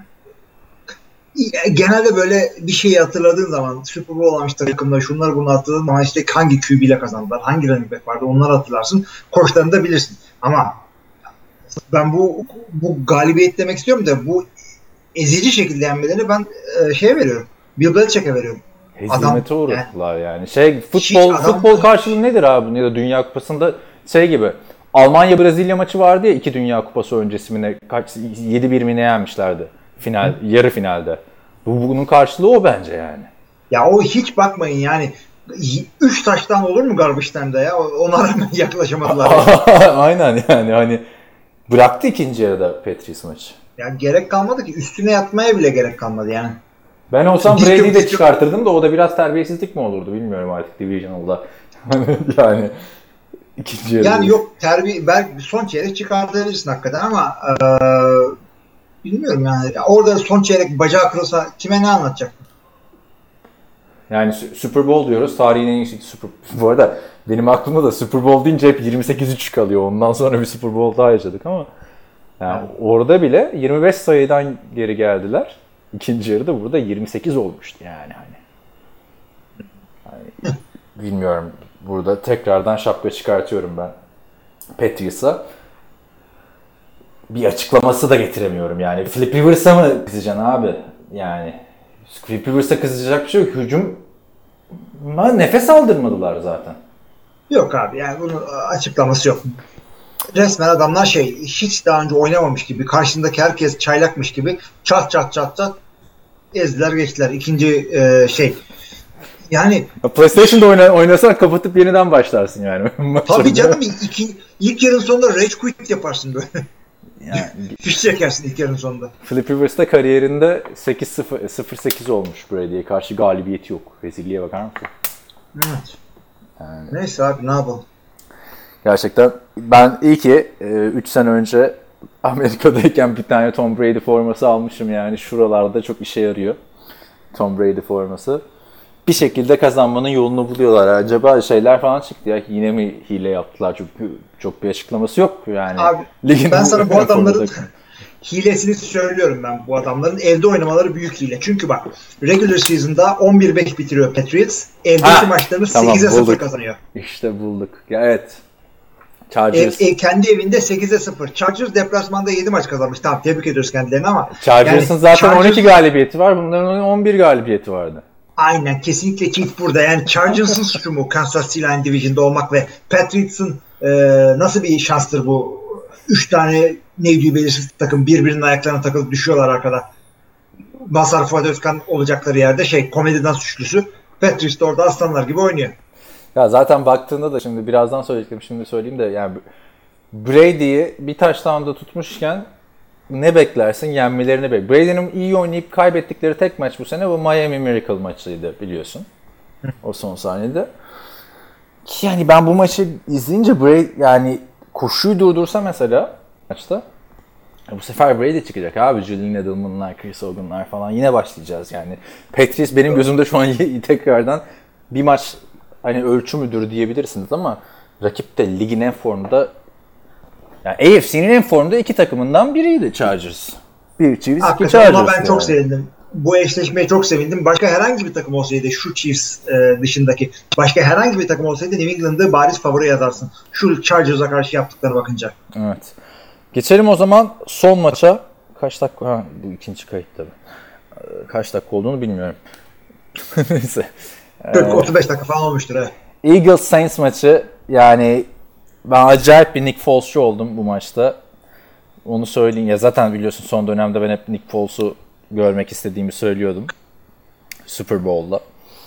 genelde böyle bir şeyi hatırladığın zaman Super Bowl almış takımda şunları bunu hatırladığın zaman işte hangi QB ile kazandılar, hangi running back vardı onları hatırlarsın. Koçlarını da bilirsin. Ama ben bu galibiyet demek istiyorum da bu ezici şekilde yenmelerini ben veriyorum. Bill Belichick'e veriyorum. Hezimete uğrattılar yani. Futbol karşılığı nedir abi? Ya da Dünya Kupası'nda gibi Almanya-Brezilya maçı vardı ya 2 Dünya Kupası öncesi mi ne? 7-1 mi ne yenmişlerdi? Yarı finalde. Bunun karşılığı o bence yani. Ya o hiç bakmayın yani 3 taştan olur mu garbage time'da ya? Ona rağmen yaklaşamadılar. Aynen yani hani bıraktı ikinci yarıda Patriots maçı. Yani gerek kalmadı ki. Üstüne yatmaya bile gerek kalmadı yani. Ben olsam Brady'yi de çıkartırdım da o da biraz terbiyesizlik mi olurdu bilmiyorum artık Divisional'da. Yani ikinci yarıda. Yani yok belki son çeyrek çıkartabilirsin hakikaten ama bilmiyorum yani. Orada son çeyrek bacağı kırılsa kime ne anlatacaktın? Yani Super Bowl diyoruz. Tarihin en iyi Super Bowl. Bu arada benim aklımda da Super Bowl deyince hep 28-3 kalıyor. Ondan sonra bir Super Bowl daha yaşadık ama yani orada bile 25 sayıdan geri geldiler. İkinci yarıda burada 28 olmuştu yani. Hani. Yani, bilmiyorum. Burada tekrardan şapka çıkartıyorum ben Patriots'a. Bir açıklaması da getiremiyorum yani. Philip Rivers'a mı kızacaksın abi? Yani Philip Rivers'a kızacak bir şey yok. Hücuma nefes aldırmadılar zaten. Yok abi yani bunun açıklaması yok. Resmen adamlar hiç daha önce oynamamış gibi, karşındaki herkes çaylakmış gibi çat çat çat çat ezdiler geçtiler. İkinci yani PlayStation'da oynasan kapatıp yeniden başlarsın yani. tabii canım ilk yarın sonunda rage quit yaparsın böyle. Yani, Fiş çekersin ilk yarın sonunda. Philip Rivers'ta kariyerinde 0-8 olmuş Brady'ye karşı, galibiyeti yok. Rezilliğe bakar mısın? Evet. Yani, neyse abi ne yapalım. Gerçekten ben iyi ki 3 sene önce Amerika'dayken bir tane Tom Brady forması almışım yani. Şuralarda çok işe yarıyor Tom Brady forması. Bir şekilde kazanmanın yolunu buluyorlar. Acaba şeyler falan çıktı ya, yine mi hile yaptılar? Çünkü çok bir açıklaması yok yani. Abi ben sana bu adamların hilesini söylüyorum ben bu adamların. Evde oynamaları büyük hile. Çünkü bak regular season'da 11-5 bitiriyor Patriots. Evdeki maçlarını tamam, 8'e 0 kazanıyor. İşte bulduk. Ya, evet. Chargers. Kendi evinde 8'e 0. Chargers deplasmanda 7 maç kazanmış. Tamam, tebrik ediyoruz kendilerini ama Chargers'ın zaten 12 galibiyeti var. Bunların 11 galibiyeti vardı. Aynen, kesinlikle cheat burada. Yani Chargers'ın suçu mu Kansas City Line Division'da olmak ve Patriots'ın nasıl bir şanstır bu? 3 tane neydi belirsiz takım birbirinin ayaklarına takılıp düşüyorlar arkada. Mazhar Fuat Özkan olacakları yerde komediden suçlusu. Patriots da orada aslanlar gibi oynuyor. Ya zaten baktığında da şimdi birazdan söyleyecektim, şimdi söyleyeyim de yani Brady'yi bir touchdown'da tutmuşken ne beklersin? Yenmelerini beklersin. Brady'nin iyi oynayıp kaybettikleri tek maç bu sene bu Miami Miracle maçıydı biliyorsun. O son saniyede. Ki yani ben bu maçı izleyince Brady yani koşuyu durdursa mesela maçta bu sefer Brady çıkacak abi. Julian Edelman'lar, Chris Hogan'lar falan yine başlayacağız yani. Patriots benim gözümde şu an tekrardan bir maç hani ölçü müdür diyebilirsiniz ama rakip de ligin en formda, yani AFC'nin en formda iki takımından biriydi Chargers. Bir Chiefs, iki Chargers. Ama ben çok sevindim. Bu eşleşmeye çok sevindim. Başka herhangi bir takım olsaydı şu Chiefs dışındaki başka herhangi bir takım olsaydı New England'ı bariz favori yazarsın. Şu Chargers'a karşı yaptıklarına bakınca. Evet. Geçelim o zaman son maça. Kaç dakika? Ha, bu ikinci kayıt tabii. Kaç dakika olduğunu bilmiyorum. Neyse. 40-35 dakika falan olmuştur. Evet. Eagles Saints maçı, yani ben acayip bir Nick Foles'cu oldum bu maçta. Onu söyleyeyim ya, zaten biliyorsun son dönemde ben hep Nick Foles'u görmek istediğimi söylüyordum. Super Bowl'da.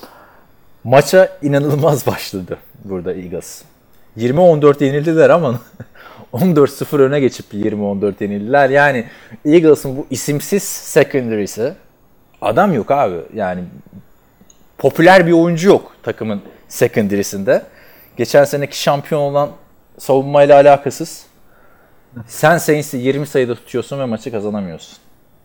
Maça inanılmaz başladı burada Eagles. 20-14 yenildiler ama 14-0 öne geçip 20-14 yenildiler. Yani Eagles'ın bu isimsiz secondary'si, adam yok abi. Yani popüler bir oyuncu yok takımın secondary'sinde. Geçen seneki şampiyon olan savunmayla alakasız. Sen Saints'i 20 sayıda tutuyorsun ve maçı kazanamıyorsun.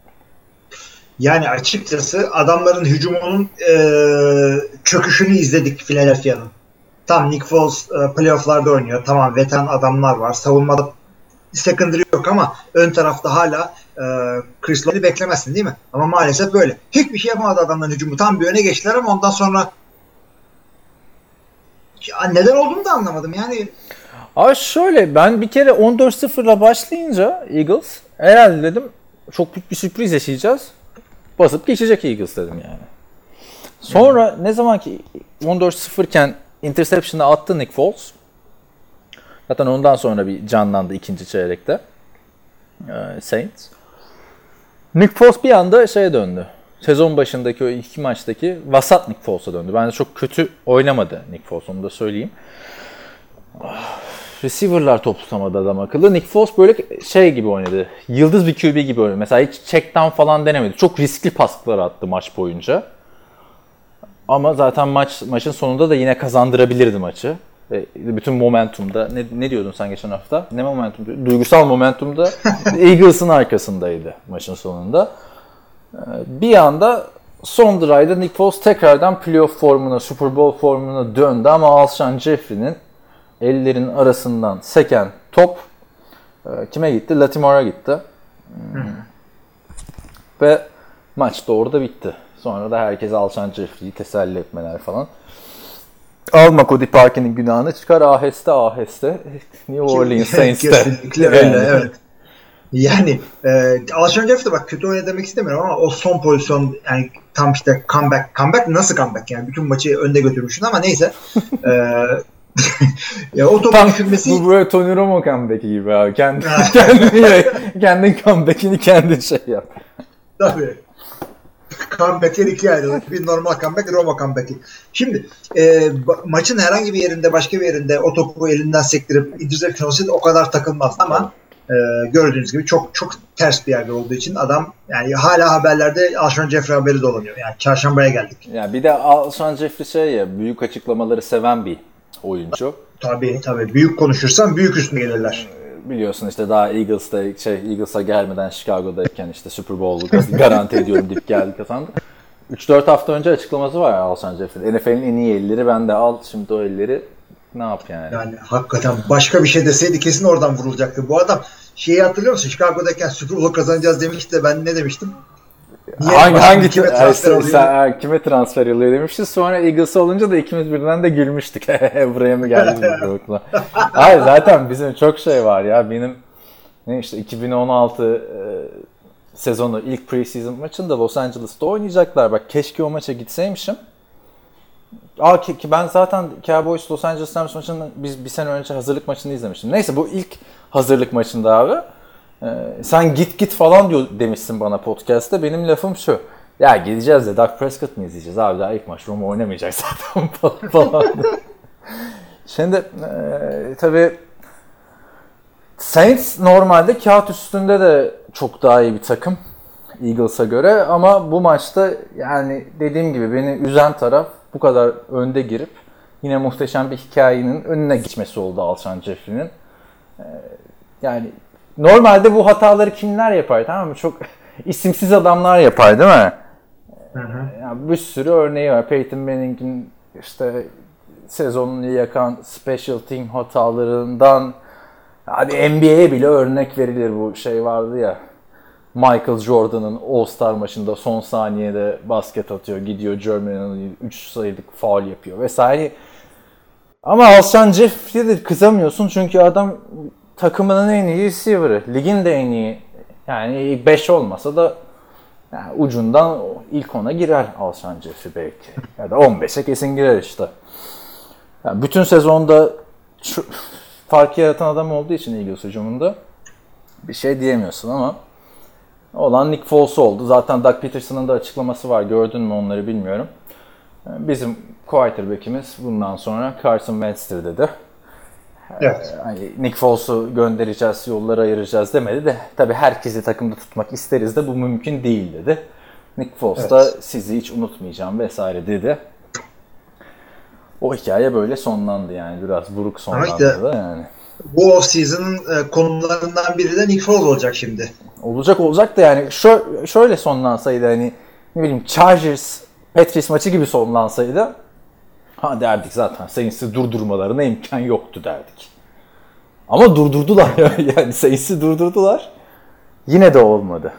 Yani açıkçası adamların hücumunun çöküşünü izledik Philadelphia'nın. Tam Nick Foles playoff'larda oynuyor. Tamam, veteran adamlar var. Savunmada secondary yok ama ön tarafta hala Chris Law'u beklemezsin değil mi? Ama maalesef böyle. Hiçbir şey yapamadı adamların hücumu. Tam bir öne geçtiler ama ondan sonra neden olduğunu da anlamadım. Yani Abi şöyle, ben bir kere 14-0'la başlayınca Eagles, herhalde dedim çok büyük bir sürpriz yaşayacağız. Basıp geçecek Eagles dedim yani. Sonra ne zaman ki 14-0 iken interception'ı attı Nick Foles. Zaten ondan sonra bir canlandı ikinci çeyrekte Saints. Nick Foles bir anda şeye döndü. Sezon başındaki o iki maçtaki vasat Nick Foles'a döndü. Bence çok kötü oynamadı Nick Foles, onu da söyleyeyim. Receiver'lar top tutamadı adam akıllı. Nick Foles böyle şey gibi oynadı. Yıldız bir QB gibi oynadı. Mesela hiç check down falan denemedi. Çok riskli paslar attı maç boyunca. Ama zaten maçın sonunda da yine kazandırabilirdi maçı. Bütün momentumda, ne diyordun sen geçen hafta? Ne momentum? Duygusal momentumda Eagles'ın arkasındaydı maçın sonunda. Bir anda son drive'da Nick Foles tekrardan playoff formuna, Super Bowl formuna döndü ama Alshon Jeffrey'nin ellerin arasından seken top kime gitti? Latimore'a gitti. Ve maç da orada bitti. Sonra da herkes Alshon Jeffrey'i teselli etmeler falan. Alma Cody Parkey'nin günahını, çıkar aheste New Orleans Saints'te. Kesinlikle öyle, evet. Yani Alshon Jeffrey bak kötü oynadı demek istemiyorum ama o son pozisyon yani tam işte comeback nasıl comeback yani bütün maçı önde götürmüşsün ama neyse. Ya o topu düşürmesi... Bu böyle Tony Romo comeback'i gibi abi. Kendi comeback'ini kendin şey yap. Tabii. Comeback'ler ikiye ayrılır. Bir normal comeback, Roma comeback'i. Şimdi maçın herhangi bir yerinde, başka bir yerinde o topu elinden sektirip interception olsaydı o kadar takılmaz ama gördüğünüz gibi çok çok ters bir yerde olduğu için adam yani hala haberlerde Alshon Jeffrey haberi dolanıyor. Yani çarşambaya geldik. Ya bir de Alshon Jeffrey büyük açıklamaları seven bir oyuncu. Tabii. Büyük konuşursan büyük üstüne gelirler. Biliyorsun işte daha Eagles'a gelmeden Chicago'dayken işte Super Bowl'u garanti ediyorum deyip geldi kazandı. 3-4 hafta önce açıklaması var Alshon Jeffrey. NFL'in en iyi elleri bende, al şimdi o elleri ne yap yani? Yani hakikaten başka bir şey deseydi kesin oradan vurulacaktı. Bu adam şeyi hatırlıyor musun? Chicago'dayken Super Bowl kazanacağız demişti de ben ne demiştim? Kime transfer oluyor demişti. Sonra Eagles olunca da ikimiz birden de gülmüştük. Buraya mı geldi? Hayır zaten bizim çok şey var ya. Benim işte 2016 sezonu ilk preseason maçında Los Angeles'ta oynayacaklar. Bak keşke o maça gitseymişim. Ki ben zaten Cowboys Los Angeles Rams maçını biz bir sene önce hazırlık maçını izlemiştim. Neyse bu ilk hazırlık maçında abi. Sen git falan diyor demişsin bana podcast'te. Benim lafım şu. Ya gideceğiz de Dak Prescott mı izleyeceğiz abi daha ilk maç Roma oynamayacak zaten falan. Şimdi tabii Saints normalde kağıt üstünde de çok daha iyi bir takım Eagles'a göre ama bu maçta yani dediğim gibi beni üzen taraf bu kadar önde girip yine muhteşem bir hikayenin önüne geçmesi oldu Alshon Jeffrey'nin. Yani normalde bu hataları kimler yapar tamam mı? Çok isimsiz adamlar yapar değil mi? Yani bir sürü örneği var. Peyton Manning'in işte sezonunu yakan special team hatalarından hadi NBA'ye bile örnek verilir bu şey vardı ya. Michael Jordan'ın All-Star maçında son saniyede basket atıyor. Gidiyor Germany'nin 3 sayılık faul yapıyor vesaire. Ama Alshon Jeffrey'e de kızamıyorsun çünkü adam takımının en iyi receiver'ı. Ligin de en iyi. Yani 5 olmasa da yani ucundan ilk 10'a girer Alshon Jeffrey belki. Ya da 15'e kesin girer işte. Yani bütün sezonda fark yaratan adam olduğu için Eagles hücumunda bir şey diyemiyorsun ama olan Nick Foles oldu. Zaten Doug Peterson'ın da açıklaması var. Gördün mü onları bilmiyorum. Bizim quarterback'imiz bundan sonra Carson Wentz'tir dedi. Evet. Nick Foles'u göndereceğiz, yolları ayıracağız demedi de tabii herkesi takımda tutmak isteriz de bu mümkün değil dedi. Nick Foles da sizi hiç unutmayacağım vesaire dedi. O hikaye böyle sonlandı yani biraz buruk sonlandı işte, da yani. Bu off-season'ın konularından biri de Nick Foles olacak şimdi. Olacak da yani şöyle sonlansaydı hani ne bileyim Chargers Patriots maçı gibi sonlansaydı derdik zaten Saints'i durdurmalarına imkan yoktu derdik. Ama durdurdular yani Saints'i durdurdular. Yine de olmadı.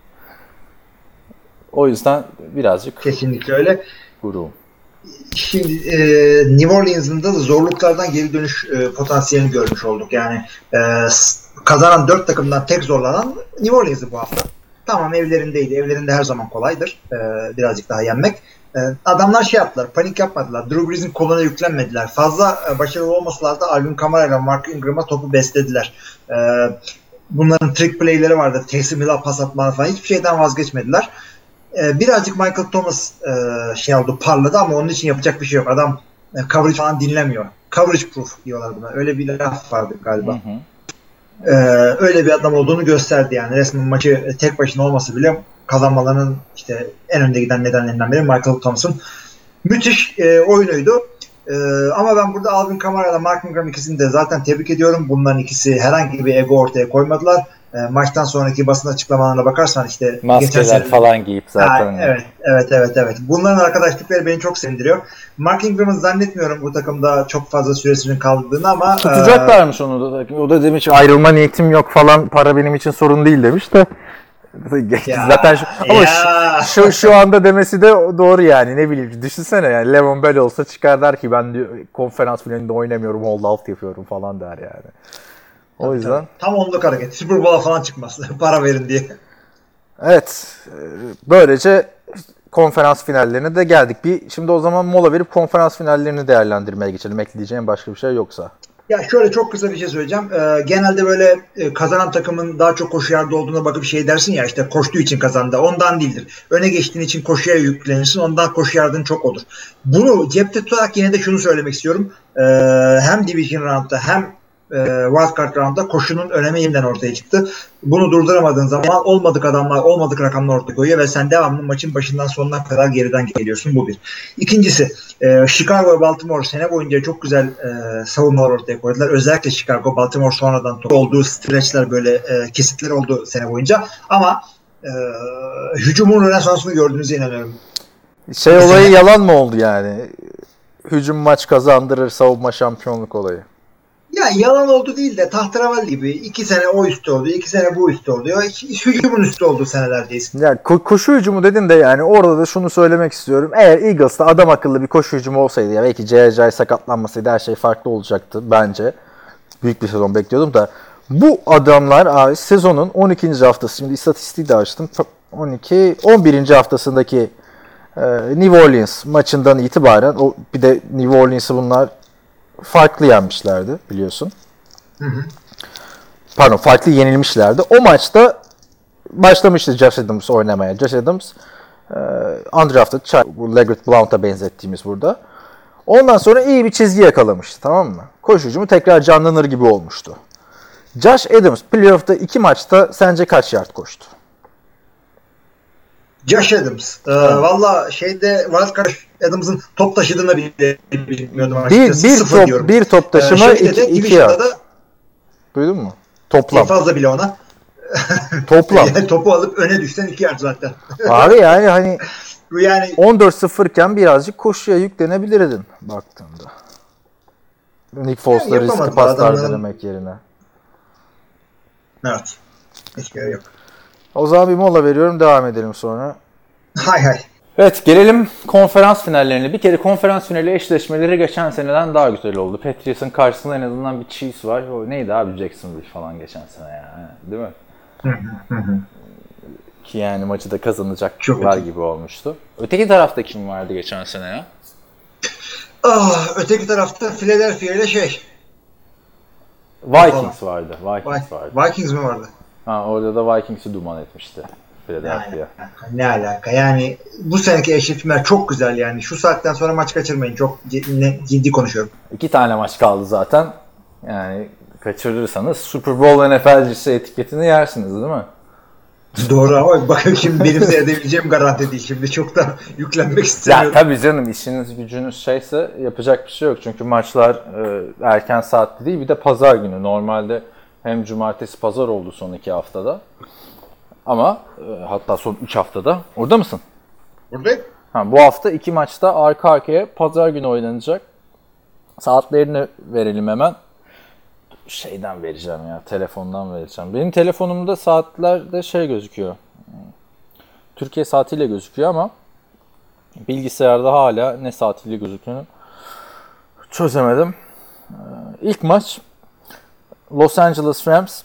O yüzden birazcık kesinlikle öyle. Gurum. Şimdi New Orleans'ın da zorluklardan geri dönüş potansiyelini görmüş olduk. Yani kazanan 4 takımdan tek zorlanan New Orleans'ı bu hafta. Tamam evlerindeydi. Evlerinde her zaman kolaydır. Birazcık daha yenmek. Adamlar şey yaptılar. Panik yapmadılar. Drew Brees'in koluna yüklenmediler. Fazla başarılı olmasalar da Alvin Kamara ile Mark Ingram'a topu beslediler. Bunların trick play'leri vardı. Taysom Hill'a pas atmalar falan. Hiçbir şeyden vazgeçmediler. Birazcık Michael Thomas parladı ama onun için yapacak bir şey yok. Adam coverage falan dinlemiyor. Coverage proof diyorlar buna. Öyle bir laf vardı galiba. Öyle bir adam olduğunu gösterdi yani. Resmen maçı tek başına olması bile kazanmalarının işte en önde giden nedenlerinden biri Michael Thomas'ın. Müthiş oyunuydu. Ama ben burada Alvin Kamara ile Mark Ingram ikisini de zaten tebrik ediyorum. Bunların ikisi herhangi bir ego ortaya koymadılar. Maçtan sonraki basın açıklamalarına bakarsan işte maskeler falan giyip zaten. Evet. Bunların arkadaşlıkları beni çok sevindiriyor. Mark Ingram'ın zannetmiyorum bu takımda çok fazla süresinin kaldığını ama tutacaklarmış onu da. O da demiş ayrılma niyetim yok falan, para benim için sorun değil demiş de Zaten şu anda demesi de doğru yani. Ne bileyim, düşünsene yani Le'Veon Bell olsa çıkar der ki ben diyor, konferans finalinde oynamıyorum, hold out yapıyorum falan der yani. O yüzden. Tam onluk hareket. Super Bowl'a falan çıkmaz. Para verin diye. Evet. Böylece konferans finallerine de geldik. Şimdi o zaman mola verip konferans finallerini değerlendirmeye geçelim. Ekleyeceğim başka bir şey yoksa. Ya şöyle çok kısa bir şey söyleyeceğim. Genelde böyle kazanan takımın daha çok koşu yardı olduğuna bakıp şey dersin ya, işte koştuğu için kazandı. Ondan değildir. Öne geçtiğin için koşuya yüklenirsin. Ondan koşu yardın çok olur. Bunu cepte tutarak yine de şunu söylemek istiyorum. Hem Division Round'da hem Wildcard Round'da koşunun önemi yeniden ortaya çıktı. Bunu durduramadığın zaman olmadık adamlar, olmadık rakamlar ortaya koyuyor ve sen devamlı maçın başından sonuna kadar geriden geliyorsun. Bu bir. İkincisi, Chicago ve Baltimore sene boyunca çok güzel savunmalar ortaya koydular. Özellikle Chicago, Baltimore sonradan olduğu stretchler, böyle kesitler oldu sene boyunca. Ama hücumun rönesansını gördüğünüze inanıyorum. Olayı yalan mı oldu yani? Hücum maç kazandırır, savunma şampiyonluk olayı. Ya yalan oldu değil de tahterevalli gibi. 2 sene o üstü oldu, 2 sene bu üstü oluyor. Hücumun üstü olduğu senelerdeyiz. Yani koşu hücumu dedin de yani orada da şunu söylemek istiyorum. Eğer Eagles'ta adam akıllı bir koşu hücumu olsaydı ya belki J.J. sakatlanmasaydı her şey farklı olacaktı bence. Büyük bir sezon bekliyordum da. Bu adamlar abi sezonun 12. haftası, şimdi istatistiği de açtım. 11. haftasındaki New Orleans maçından itibaren, bir de New Orleans'ı bunlar farklı yenmişlerdi biliyorsun. Pardon, farklı yenilmişlerdi. O maçta başlamıştı Josh Adams oynamaya. Josh Adams undrafted, bu Legarrette Blount'a benzettiğimiz burada. Ondan sonra iyi bir çizgi yakalamıştı, tamam mı? Koşu hücumu tekrar canlanır gibi olmuştu. Josh Adams playoff'ta 2 maçta sence kaç yard koştu? Josh Adams. Valla Wildcard Adams'ın top taşıdığını bile bilmiyordum açıkçası. Bir top taşıma 2 yard. Duydun mu? Toplam. Fazla bile ona. Toplam. Yani topu alıp öne düşsen 2 yard zaten. Abi yani hani yani 14-0 iken birazcık koşuya yüklenebilirdin baktığında. Nick Foles'la yani riskli paslar denemek yerine. Evet. Hiç gerek yok. O zaman bir mola veriyorum, devam edelim sonra. Hay. Evet, gelelim konferans finallerine. Bir kere konferans finali eşleşmeleri geçen seneden daha güzel oldu. Patriots'ın karşısında en azından bir Chiefs var. O neydi abi, Jacksonville falan geçen sene yani. Değil mi? Ki yani maçı da kazanacaklar gibi olmuştu. Öteki tarafta kim vardı geçen sene ya? Öteki tarafta Philadelphia ile Vikings vardı. Vikings mi vardı? Ha, orada da Vikings'i duman etmişti Philadelphia. Ne alaka? Yani bu seneki eşleşmeler çok güzel yani. Şu saatten sonra maç kaçırmayın. Çok ciddi konuşuyorum. 2 tane maç kaldı zaten. Yani kaçırırsanız Super Bowl NFL'cisi etiketini yersiniz değil mi? Doğru ama bakın şimdi benim seyredebileceğim garanti değil. Şimdi çok da yüklenmek istemiyorum. Ya tabii canım, işiniz gücünüz şeyse yapacak bir şey yok. Çünkü maçlar erken saatte değil, bir de pazar günü. Normalde hem cumartesi pazar oldu son 2 haftada. Ama hatta son 3 haftada. Orada mısın? Buradayım. Bu hafta 2 maçta arka arkaya pazar günü oynanacak. Saatlerini verelim hemen. Şeyden vereceğim ya, telefondan vereceğim. Benim telefonumda saatlerde gözüküyor. Türkiye saatiyle gözüküyor ama bilgisayarda hala ne saatiyle gözüküyor çözemedim. İlk maç Los Angeles Rams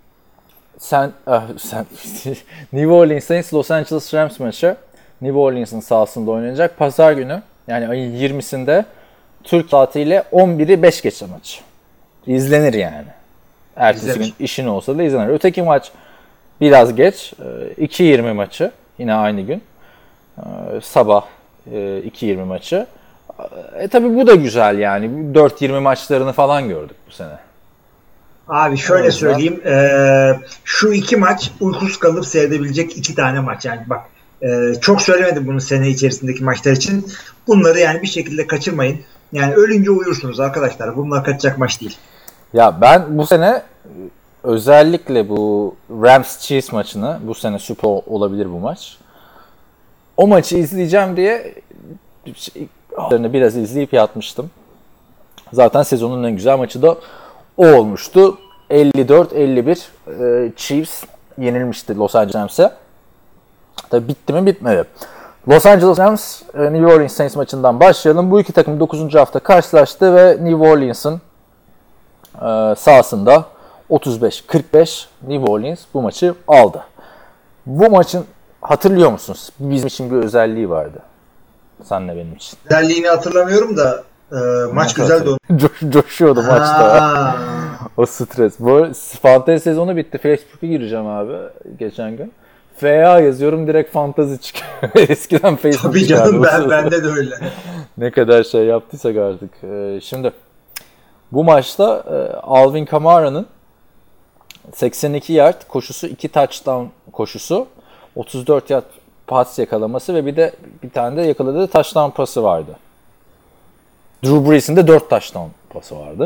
New Orleans Saints Los Angeles Rams maçı New Orleans'ın sahasında oynanacak. Pazar günü, yani ayın 20'sinde Türk saatiyle 11'i 5 geçe maç. İzlenir yani. Ertesi gün işin olsa da izlenir. Öteki maç biraz geç. 2.20 maçı. Yine aynı gün. Sabah 2.20 maçı. Tabii bu da güzel yani. 4.20 maçlarını falan gördük bu sene. Abi şöyle söyleyeyim. Şu 2 maç uykusuz kalıp seyredebilecek 2 tane maç. Yani bak, çok söylemedim bunu sene içerisindeki maçlar için. Bunları yani bir şekilde kaçırmayın. Yani ölünce uyursunuz arkadaşlar. Bunlar kaçacak maç değil. Ya ben bu sene özellikle bu Rams Chiefs maçını, bu sene Super Bowl olabilir bu maç. O maçı izleyeceğim diye biraz izleyip yatmıştım. Zaten sezonun en güzel maçı da o olmuştu. 54-51 Chiefs yenilmişti Los Angeles Rams'e. Tabii bitti mi? Bitmedi. Los Angeles Rams, New Orleans Saints maçından başlayalım. Bu iki takım 9. hafta karşılaştı ve New Orleans'ın sahasında 35-45 New Orleans bu maçı aldı. Bu maçın hatırlıyor musunuz? Bizim için bir özelliği vardı. Senle benim için. Özelliğini hatırlamıyorum da maç güzeldi. Coşuyordu maçta. O stres. Bu fantezi sezonu bitti. Facebook'a gireceğim abi geçen gün. FA yazıyorum direkt fantazi çıkıyor. Eskiden Facebook Tabii canım bende de öyle. Ne kadar şey yaptıysak artık. Şimdi bu maçta Alvin Kamara'nın 82 yard koşusu, 2 touchdown koşusu, 34 yard pas yakalaması ve bir tane de yakaladığı touchdown pası vardı. Drew Brees'in de 4 touchdown pası vardı.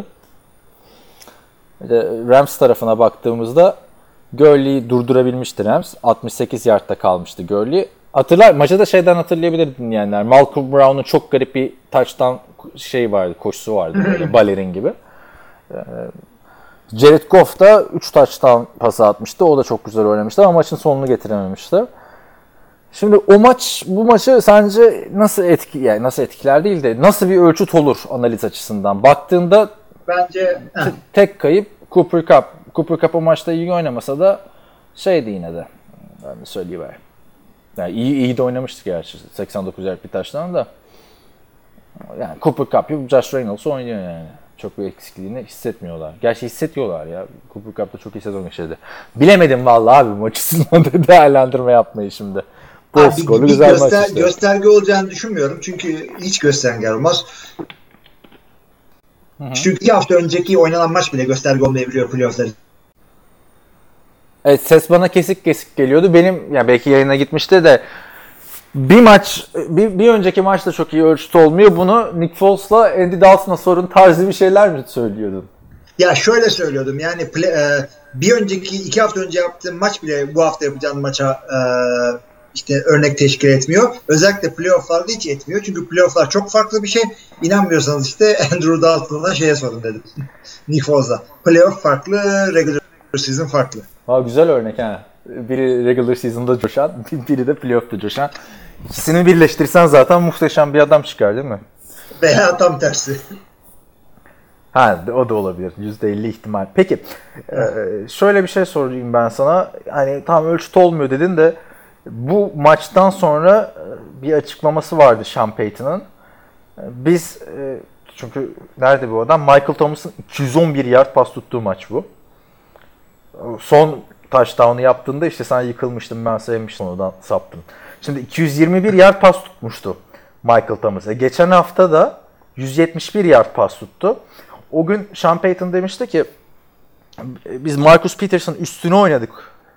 Rams tarafına baktığımızda Gurley'i durdurabilmişti Rams. 68 yardta kalmıştı Gurley. Maçı da şeyden hatırlayabilir dinleyenler. Malcolm Brown'un çok garip bir touchdown koşusu vardı böyle balerin gibi. Jared Goff da 3 touchdown pası atmıştı. O da çok güzel oynamıştı ama maçın sonunu getirememişti. Şimdi bu maçı sence nasıl etkiler değil de nasıl bir ölçüt olur analiz açısından? Baktığında bence tek kayıp Cooper Kupp. Cooper Kupp o maçta iyi oynamasa da şeydi yine de. Ben de söyleyeyim. Yani iyi de oynamıştı gerçi. 89 yard bir taştan da. Yani Cooper Kupp, Josh Reynolds oynuyor yani. Çok bir eksikliğini hissetmiyorlar. Gerçi hissediyorlar ya. Cooper Kupp da çok iyi sezon geçirdi. Bilemedim vallahi abi maçı sınavda değerlendirme yapmayı şimdi. Bol skorlu güzel maç işte. Gösterge olacağını düşünmüyorum. Çünkü hiç gösterge olmaz. Çünkü 2 hafta önceki oynanan maç bile gösterge olmayabiliyor playoff'ları. Evet, ses bana kesik geliyordu. Benim ya belki yayına gitmişti de bir önceki maçta çok iyi ölçütü olmuyor. Bunu Nick Foles'la Andy Dalton'a sorun tarzı bir şeyler mi söylüyordun? Ya şöyle söylüyordum. Yani bir önceki 2 hafta önce yaptığım maç bile bu hafta yapacağım maça işte örnek teşkil etmiyor. Özellikle playoff'larda hiç etmiyor. Çünkü playoff'lar çok farklı bir şey. İnanmıyorsanız işte Andrew Dalton'a sorun dedim. Nick Foles'a. Playoff farklı, regular season farklı. Güzel örnek ha. Biri regular season'da coşan, biri de playoff'ta coşan. İkisini birleştirsen zaten muhteşem bir adam çıkar değil mi? Veya tam tersi. O da olabilir. %50 ihtimal. Peki, şöyle bir şey sorayım ben sana. Hani tam ölçüt olmuyor dedin de bu maçtan sonra bir açıklaması vardı Sean Payton'ın. Biz, çünkü nerede bu adam? Michael Thomas'ın 211 yard pas tuttuğu maç bu. Son touchdown'u yaptığında işte sen yıkılmıştın, ben sevmiştim, oradan saptım. Şimdi 221 yard pas tutmuştu Michael Thomas'a. Geçen hafta da 171 yard pas tuttu. O gün Sean Payton demişti ki biz Marcus Peters'ın üstüne oynadık.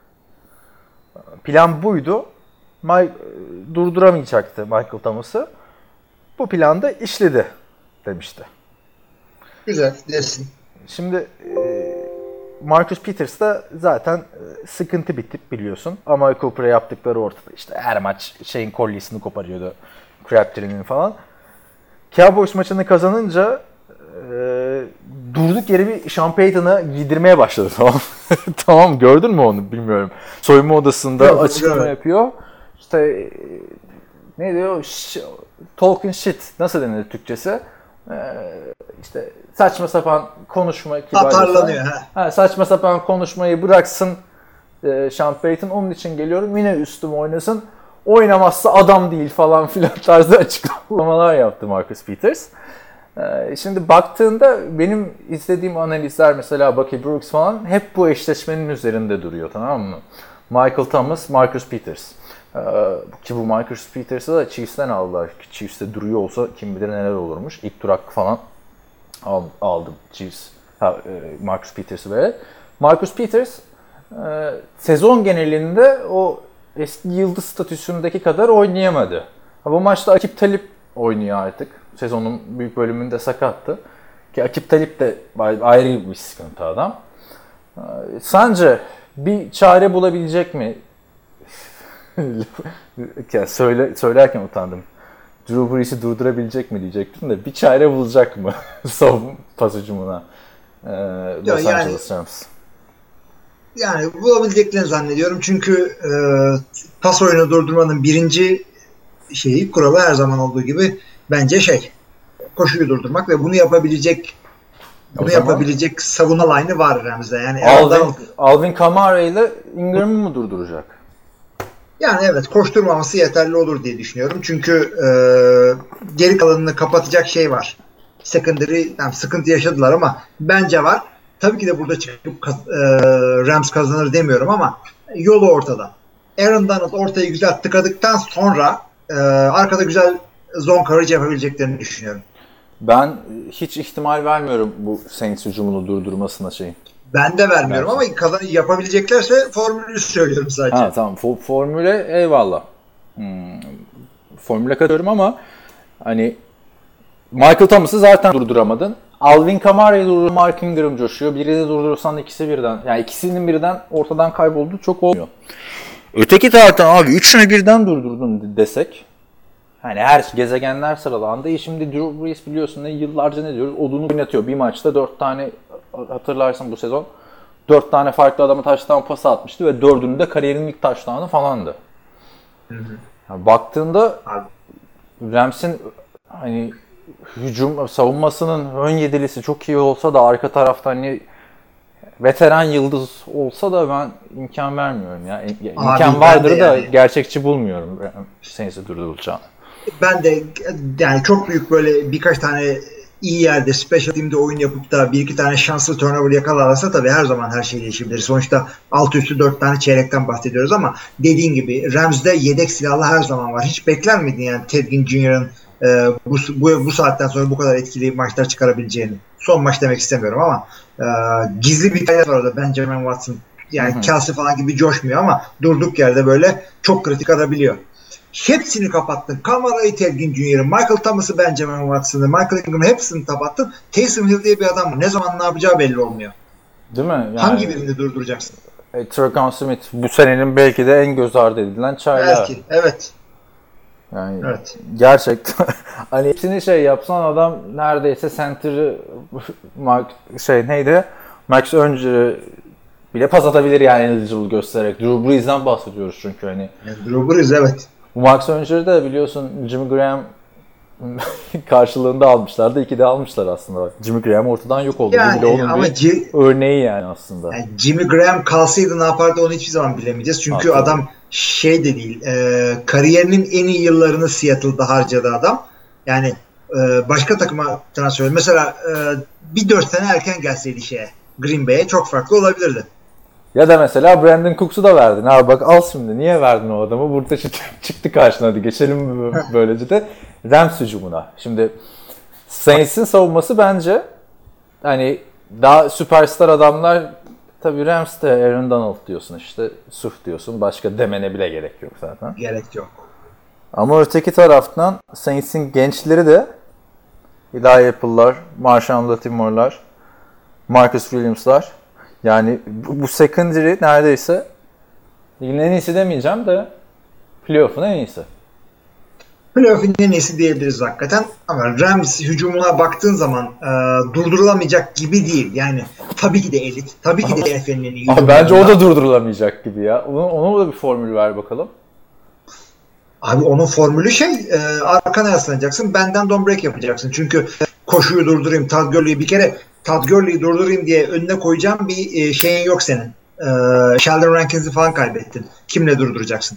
Plan buydu. Durduramayacaktı Michael Thomas'ı. Bu plan da işledi demişti. Güzel desin. Şimdi Marcus Peters da zaten sıkıntı bir tip biliyorsun. Ama Cooper'a yaptıkları ortada. İşte her maç kolyesini koparıyordu. Crabtree'nin falan. Cowboys maçını kazanınca durduk yere bir Sean Payton'a giydirmeye başladı, tamam. Tamam, gördün mü onu bilmiyorum. Soyunma odasında açıklama yapıyor. İşte ne diyor? Talking shit. Nasıl denir Türkçesi? İşte saçma sapan konuşma. Atarlanıyor. Saçma sapan konuşmayı bıraksın Sean Payton. Onun için geliyorum. Yine üstüme oynasın. Oynamazsa adam değil falan filan tarzı açıklamalar yaptı Marcus Peters. Şimdi baktığında benim izlediğim analizler mesela Bucky Brooks falan hep bu eşleşmenin üzerinde duruyor, tamam mı? Michael Thomas, Marcus Peters. Ki bu Marcus Peters'ı da Chiefs'ten aldılar. Chiefs'te duruyor olsa kim bilir neler olurmuş. İlk tur hakkı falan aldı Chiefs. Marcus Peters'ı böyle. Marcus Peters sezon genelinde o eski yıldız statüsündeki kadar oynayamadı. Bu maçta Akip Talip oynuyor artık. Sezonun büyük bölümünde sakattı. Ki Akip Talip de ayrı bir sıkıntı adam. Sence bir çare bulabilecek mi? Söylerken utandım. Drew Brees'i durdurabilecek mi diyecektim de bir çare bulacak mı pas hücumuna Los Angeles Rams? Yani bulabileceklerini zannediyorum. Çünkü pas oyunu durdurmanın birinci kuralı her zaman olduğu gibi bence koşuyu durdurmak ve bunu yapabilecek savunma line'ı var Rams'de. Yani Alvin Kamara ile Ingram'ı mı durduracak? Yani evet, koşturmaması yeterli olur diye düşünüyorum. Çünkü geri kalanını kapatacak şey var. Secondary sıkıntı yaşadılar ama bence var. Tabii ki de burada çıkıp Rams kazanır demiyorum ama yolu ortada. Aaron Donald ortayı güzel tıkadıktan sonra arkada güzel zone coverage yapabileceklerini düşünüyorum. Ben hiç ihtimal vermiyorum bu Saints hücumunu durdurmasına şeyin. Ben de vermiyorum ama yapabileceklerse formülü söylüyorum sadece. Ha tamam, formüle eyvallah. Formüle katılıyorum ama hani Michael Thomas'ı zaten durduramadın. Alvin Kamara'yı durdur, Mark Ingram coşuyor. Birini durdurursan ikisi birden, yani ikisinin birden ortadan kayboldu, çok olmuyor. Öteki taraftan abi üçünü birden durdurdun desek, hani her gezegenler sıralandı. Şimdi Drew Brees biliyorsun yıllarca ne diyoruz? Odunu oynatıyor. Bir maçta 4 tane, hatırlarsın bu sezon 4 tane farklı adama touchdown pası atmıştı ve 4'ünü de kariyerinin ilk touchdown'ı falandı. Yani baktığında Rams'in hani hücum savunmasının ön yedilisi çok iyi olsa da arka tarafta hani veteran yıldız olsa da ben imkan vermiyorum ya. İmkan vardır da yani gerçekçi bulmuyorum Saints'i durdurulacağını. Ben de yani çok büyük böyle birkaç tane iyi yerde special team'de oyun yapıp da bir iki tane şanslı turnover yakalarsa tabii her zaman her şey değişebilir. Sonuçta alt üstü 4 tane çeyrekten bahsediyoruz ama dediğin gibi Rams'de yedek silahlı her zaman var. Hiç bekler miydin yani Ted Ginn Jr.'ın bu saatten sonra bu kadar etkili maçlar çıkarabileceğini? Son maç demek istemiyorum ama gizli bir hikaye var orada. Benjamin Watson yani Kelsey falan gibi coşmuyor ama durduk yerde böyle çok kritik atabiliyor. Hepsini kapattın. Kamara'yı, Ted Ginn Jr.'ı, Michael Thomas'ı, Benjamin Watson'ı, Michael Ingram'ı hepsini kapattın. Taysom Hill diye bir adam var. Ne zaman ne yapacağı belli olmuyor. Değil mi? Yani, hangi birini durduracaksın? Tre'Quan Smith bu senenin belki de en göz ardı edilen çaylağı. Belki, evet. Yani gerçekten hani hepsini yapsan adam neredeyse center'ı Max Öncer'i bile pas atabilir yani eligible göstererek. Drew Brees'den bahsediyoruz çünkü hani. Drew Brees evet. Bu Max Öncer'i de biliyorsun Jimmy Graham karşılığında almışlardı. 2 de almışlar aslında. Jimmy Graham ortadan yok oldu. Yani, onun bir örneği yani aslında. Yani Jimmy Graham kalsaydı ne yapardı onu hiçbir zaman bilemeyeceğiz. Çünkü adam de değil. Kariyerinin en iyi yıllarını Seattle'da harcadı adam. Yani başka takıma transfer. Mesela bir 4 sene erken gelseydi Green Bay'e çok farklı olabilirdi. Ya da mesela Brandon Cooks'u da verdin. Abi bak al şimdi. Niye verdin o adamı? Burada çıktı karşına. Hadi geçelim böylece de Rams hücumuna. Şimdi Saints'in savunması bence hani daha süperstar adamlar tabii Rams'te Aaron Donald diyorsun işte. Suf diyorsun. Başka demene bile gerek yok zaten. Gerek yok. Ama öteki taraftan Saints'in gençleri de Eli Apple'lar, Marshawn Latimore'lar, Marcus Williams'lar. Yani bu secondary neredeyse ligin en iyisi demeyeceğim de playoff'un en iyisi. Playoff'un en iyisi diyebiliriz hakikaten. Ama Rams hücumuna baktığın zaman durdurulamayacak gibi değil. Yani tabii ki de elit. Tabii ki de NFL'in en iyi. Bence o da durdurulamayacak gibi ya. Ona da bir formül ver bakalım. Abi onun formülü arkana yaslanacaksın. Benden don't break yapacaksın. Çünkü koşuyu durdurayım. Todd Gurley'i bir kere Todd Gurley'i durdurayım diye önüne koyacağım bir şeyin yok senin. Sheldon Rankins'i falan kaybettin. Kimle durduracaksın?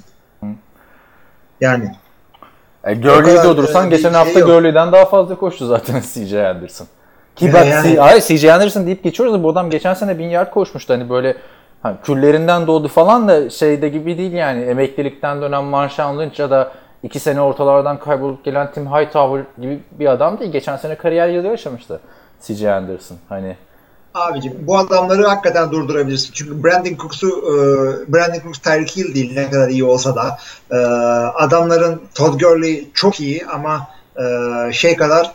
Yani. Gurley'i durdursan geçen hafta Gurley'den daha fazla koştu zaten C.J. Anderson. Ki bak C.J. Anderson deyip geçiyoruz da bu adam geçen sene 1000 yard koşmuştu. Hani böyle küllerinden doğdu falan da gibi değil yani. Emeklilikten dönen Marshawn Lynch ya da 2 sene ortalardan kaybolup gelen Tim Hightower gibi bir adam değil. Geçen sene kariyer yılı yaşamıştı C.J. Anderson. Hani abicim bu adamları hakikaten durdurabilirsin. Çünkü Brandon Cooks Tyreek Hill değil ne kadar iyi olsa da adamların Todd Gurley çok iyi ama kadar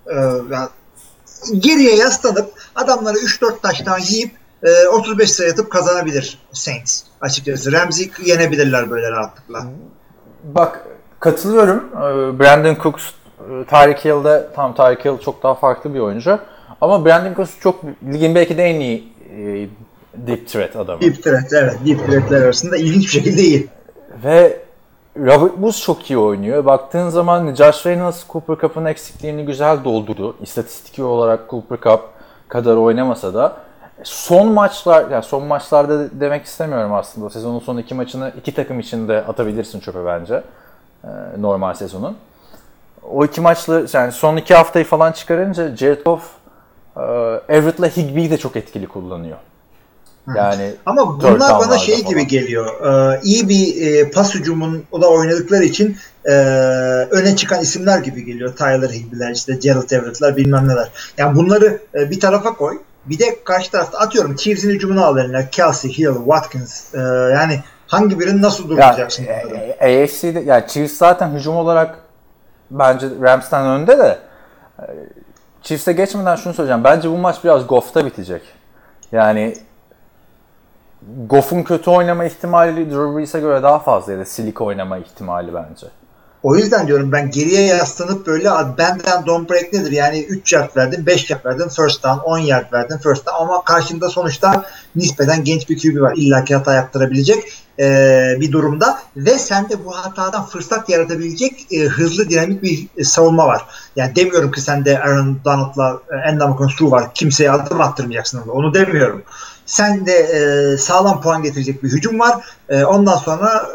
geriye yaslanıp adamları 3-4 taştan yiyip 35 sayı atıp kazanabilir Saints açıkçası. Ramsey yenebilirler böyle rahatlıkla. Bak katılıyorum. Brandon Cooks, Tyreek Hill'de Tyreek Hill çok daha farklı bir oyuncu. Ama Brandon Cooks çok ligin belki de en iyi Deep threat adamı. Deep threat, evet. Deep threatler arasında ilginç bir şekilde iyi. Ve Robert Woods çok iyi oynuyor. Baktığın zaman Josh Reynolds Cooper Cup'ın eksikliğini güzel doldurdu. İstatistiki olarak Cooper Cup kadar oynamasa da son maçlar, yani son maçlarda demek istemiyorum aslında. Sezonun son 2 maçını 2 takım içinde atabilirsin çöpe bence. Normal sezonun. O 2 maçlı, yani son 2 haftayı falan çıkarınca Jared Goff, Everett'la Higbee'yi de çok etkili kullanıyor. Yani ama bunlar bana şey gibi geliyor. İyi bir pas hücumun o da oynadıkları için öne çıkan isimler gibi geliyor. Tyler Higbee'ler, işte Gerald Everett'ler, bilmem neler. Yani bunları bir tarafa koy. Bir de karşı tarafta atıyorum Chiefs'in hücumunu al eline. Kelsey, Hill, Watkins. Yani hangi birini nasıl durduracaksın? AFC'de yani Chiefs zaten hücum olarak bence Rams'ten önde de Chiefs'e geçmeden şunu söyleyeceğim. Bence bu maç biraz Goff'ta bitecek. Yani Goff'un kötü oynama ihtimali Drew Brees'e göre daha fazla ya da silik oynama ihtimali bence. O yüzden diyorum ben geriye yaslanıp böyle benden don't break nedir? Yani 3 yard verdin, 5 yard verdin, first down, 10 yard verdin, first down ama karşında sonuçta nispeten genç bir QB var. İlla ki hata yaptırabilecek bir durumda ve sende bu hatadan fırsat yaratabilecek hızlı, dinamik bir savunma var. Yani demiyorum ki sende Aaron Donald'la Ndamukong Suh var. Kimseye adım attırmayacaksın. Onu demiyorum. Sende sağlam puan getirecek bir hücum var. Ondan sonra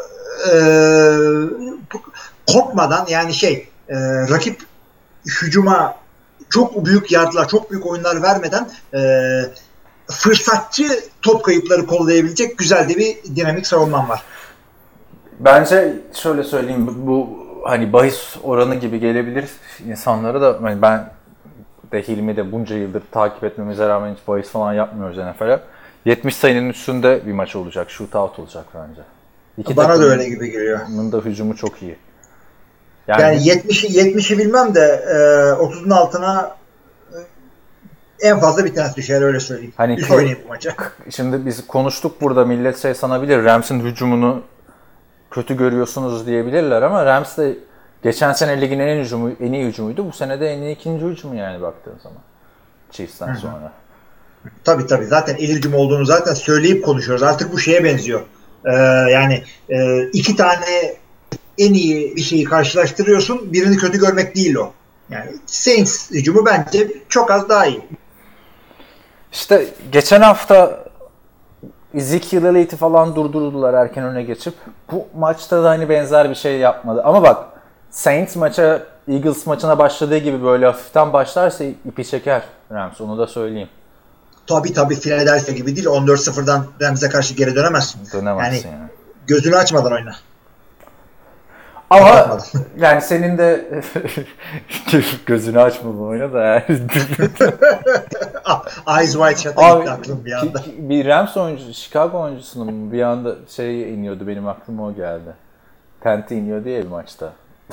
korkmadan yani rakip hücuma çok büyük yardlar, çok büyük oyunlar vermeden fırsatçı top kayıpları kollayabilecek güzel de bir dinamik savunman var. Bence şöyle söyleyeyim, bu hani bahis oranı gibi gelebilir insanlara da, hani ben de Hilmi de bunca yıldır takip etmemize rağmen hiç bahis falan yapmıyoruz NFL'e. 70 sayının üstünde bir maç olacak, shootout olacak bence. Bana da öyle gibi geliyor. Bunun da hücumu çok iyi. Yani 70'i bilmem de 30'un altına en fazla bir tanesi düşer, öyle söyleyeyim. Hani üst oynayayım bu maça. Şimdi biz konuştuk burada, millet sanabilir, Rams'in hücumunu kötü görüyorsunuz diyebilirler ama Rams de geçen sene ligin en iyi hücumuydu. Bu sene de en iyi ikinci hücumu yani baktığın zaman. Chiefs'ten sonra. Tabii. Zaten el hücum olduğunu zaten söyleyip konuşuyoruz. Artık bu şeye benziyor. Yani 2 tane en iyi bir şeyi karşılaştırıyorsun. Birini kötü görmek değil o. Yani Saints hücumu bence çok az daha iyi. İşte geçen hafta Ezekiel Elliott'i falan durdurdular erken öne geçip. Bu maçta da hani benzer bir şey yapmadı. Ama bak, Saints maça Eagles maçına başladığı gibi böyle hafiften başlarsa ipi çeker Rams. Onu da söyleyeyim. Tabii Philadelphia gibi değil. 14-0'dan Rams'e karşı geri dönemezsin. Dönemezsin yani. Gözünü açmadan oyna. Ama yani senin de gözünü açmadan oyna da yani. Eyes wide shut'a gitti aklım bir anda. Bir Rams oyuncusu, Chicago oyuncusunun bir anda iniyordu, benim aklıma o geldi. Penti iniyordu ya bir maçta.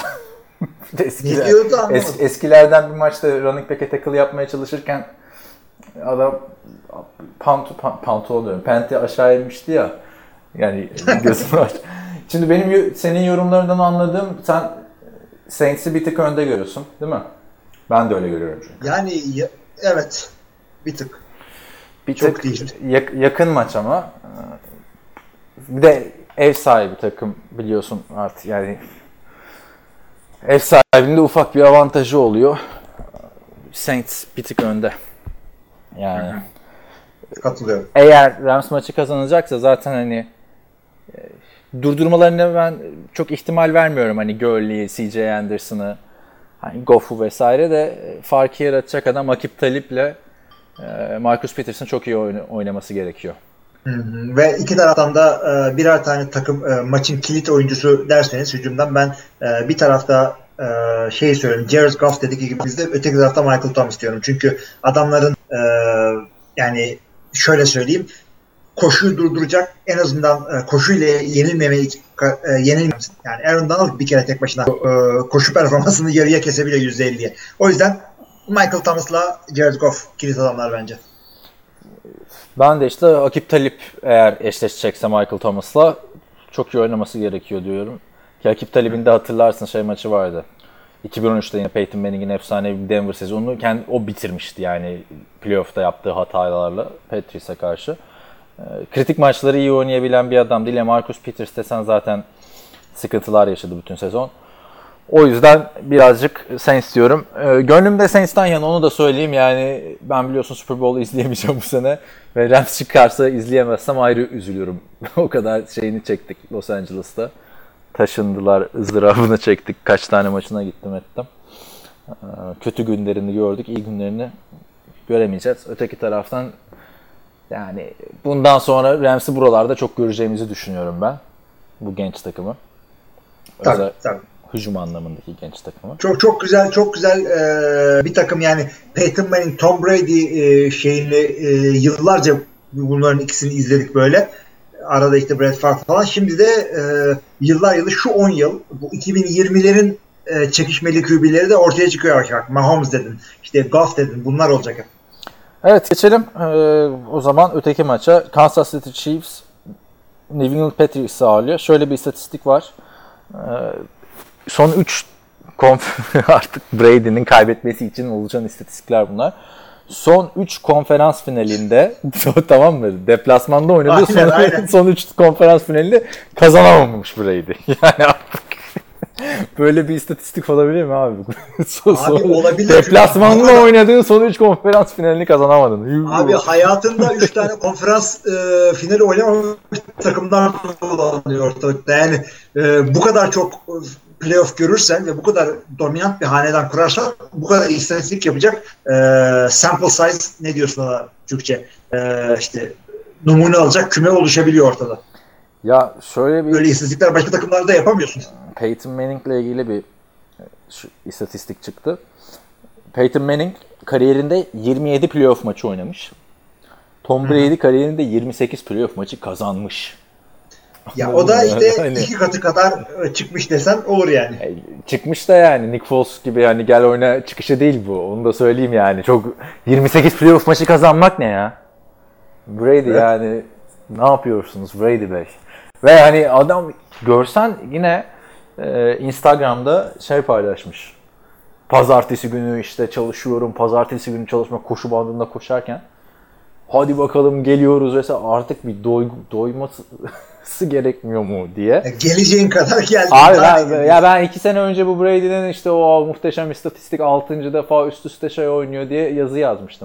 Eskilerden bir maçta running back'e tackle yapmaya çalışırken adam pantolon diyorum, Penti aşağı inmişti ya. Yani gözünü aç. Şimdi benim senin yorumlarından anladığım, sen Saints'i bir tık önde görüyorsun, değil mi? Ben de öyle görüyorum çünkü. Yani evet, bir tık. Bir çok tık değil. Yakın maç ama. Bir de ev sahibi takım biliyorsun artık, yani ev sahibinde ufak bir avantajı oluyor. Saints bir tık önde. Yani. Katılıyorum. Eğer Rams maçı kazanacaksa zaten hani durdurmalarına ben çok ihtimal vermiyorum. Hani Gurley'i, CJ Anderson'ı, hani Goff'u vesaire de farkı yaratacak adam Akip Talip'le Marcus Peterson çok iyi oynaması gerekiyor. Ve iki taraftan da birer tane takım maçın kilit oyuncusu derseniz hücumdan ben bir tarafta söyleyeyim, Jared Goff dedik gibi bizde, öteki tarafta Michael Thomas diyorum. Çünkü adamların yani şöyle söyleyeyim, koşuyu durduracak, en azından koşuyla yenilmemeyi yani Aaron Donald bir kere tek başına koşu performansını yarıya kesebiliyor %50'ye. O yüzden Michael Thomas'la Jared Goff kilit adamlar bence. Ben de işte Akip Talip eğer eşleşecekse Michael Thomas'la çok iyi oynaması gerekiyor diyorum. Ki Akip Talip'in de hatırlarsın maçı vardı. 2013'te yine Peyton Manning'in efsane bir Denver sezonunu o bitirmişti yani playoff'ta yaptığı hatalarla Patriots'a karşı. Kritik maçları iyi oynayabilen bir adam değil. Marcus Peters desen zaten sıkıntılar yaşadı bütün sezon. O yüzden birazcık Saints diyorum. Gönlümde Saints'ten yana, onu da söyleyeyim. Yani ben biliyorsun Super Bowl'u izleyemeyeceğim bu sene. Ve Rams çıkarsa izleyemezsem ayrı üzülüyorum. O kadar şeyini çektik Los Angeles'ta. Taşındılar, ızdırabını çektik. Kaç tane maçına gittim ettim. Kötü günlerini gördük, iyi günlerini göremeyeceğiz. Öteki taraftan yani bundan sonra Rams'i buralarda çok göreceğimizi düşünüyorum ben. Bu genç takımı. Tabii. Hücum anlamındaki genç takımı. Çok güzel bir takım yani. Peyton Manning, Tom Brady şeyini yıllarca bunların ikisini izledik böyle. Arada işte Brett Favre falan. Şimdi de yıllar yılı şu 10 yıl bu 2020'lerin çekişmeli QB'leri de ortaya çıkıyor. Bak, Mahomes dedin, işte Goff dedin, bunlar olacak hep. Evet, geçelim o zaman öteki maça. Kansas City Chiefs New England Patriots'ı ağırlıyor. Şöyle bir istatistik var. Son 3 artık Brady'nin kaybetmesi için olacak istatistikler bunlar. Son 3 konferans finalinde tamam mı? Deplasmanda oynadı. Son 3 konferans finalinde kazanamamış Brady. Yani artık böyle bir istatistik olabilir mi abi? Olabilir. Deplasmanda oynadığın son 3 konferans finalini kazanamadın. Abi hayatında 3 tane konferans finali oynamamış takımlar dolanıyor ortalıkta. Yani bu kadar çok playoff görürsen ve bu kadar dominant bir hanedan kurarsan bu kadar istatistik yapacak sample size, ne diyorsun ona Türkçe, işte numune alacak küme oluşabiliyor ortada. Ya şöyle bir... Böyle istatistikler başka takımlarda yapamıyorsun. Peyton Manning'le ilgili bir istatistik çıktı. Peyton Manning kariyerinde 27 playoff maçı oynamış. Tom Brady kariyerinde 28 playoff maçı kazanmış. Ya o da işte 2 katı kadar çıkmış desen olur yani. Çıkmış da yani Nick Foles gibi yani gel oyna çıkışı değil bu. Onu da söyleyeyim yani. Çok 28 playoff maçı kazanmak ne ya? Brady evet. Yani ne yapıyorsunuz Brady Bey? Ve hani adam görsen yine Instagram'da şey paylaşmış. Pazartesi günü işte çalışıyorum. Pazartesi günü çalışma koşu bandında koşarken. Hadi bakalım geliyoruz vesaire. Artık bir doyması gerekmiyor mu diye. Geleceğin kadar geldi. Abi ben 2 sene önce bu Brady'nin işte o muhteşem istatistik 6. defa üst üste şey oynuyor diye yazı yazmıştım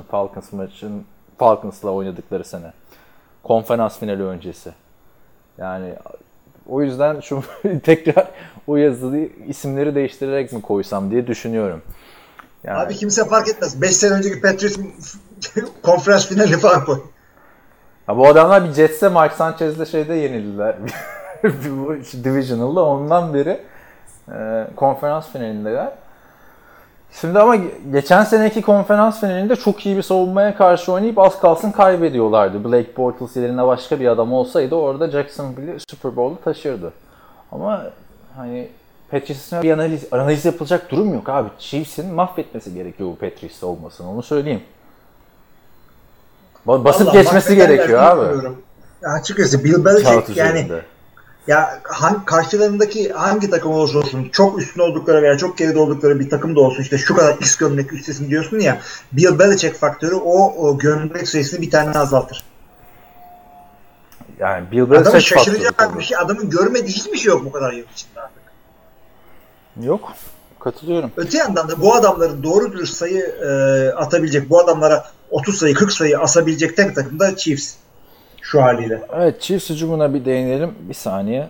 Falcons'la oynadıkları sene. Konferans finali öncesi. Yani o yüzden şu tekrar o yazıyı isimleri değiştirerek mi koysam diye düşünüyorum. Yani... Abi kimse fark etmez. 5 sene önceki Patriots konferans finali falan koy. Ha, bu adamlar bir Jets'e Mark Sanchez'le şeyde yenildiler. Divisional'da ondan beri konferans finalindeler. Şimdi ama geçen seneki konferans finalinde çok iyi bir savunmaya karşı oynayıp az kalsın kaybediyorlardı. Blake Bortles yerine başka bir adam olsaydı orada Jacksonville'i Super Bowl'u taşırdı. Ama hani Patriots'ın bir analiz yapılacak durum yok abi. Chiefs'in mahvetmesi gerekiyor bu Patriots olmasını, onu söyleyeyim. Basıp geçmesi gerekiyor abi. Ya açıkçası Bill Belichick yani ya karşılarındaki hangi takım olursa olsun çok üstün oldukları veya çok geride oldukları bir takım da olsun işte şu kadar X gömlek üstesin diyorsun ya, Bill Belichick faktörü o gömlek sayısını bir tane azaltır. Yani Bill Belichick adamın şaşıracak bir şey, adamın görmediği hiçbir şey yok bu kadar yıl içinde artık. Yok. Katılıyorum. Öte yandan da bu adamların doğru dürüst sayı atabilecek, bu adamlara 30 sayı 40 sayı asabilecek tek takım da Chiefs. Şu haliyle. Evet, Chiefs hücumuna bir değinelim. Bir saniye.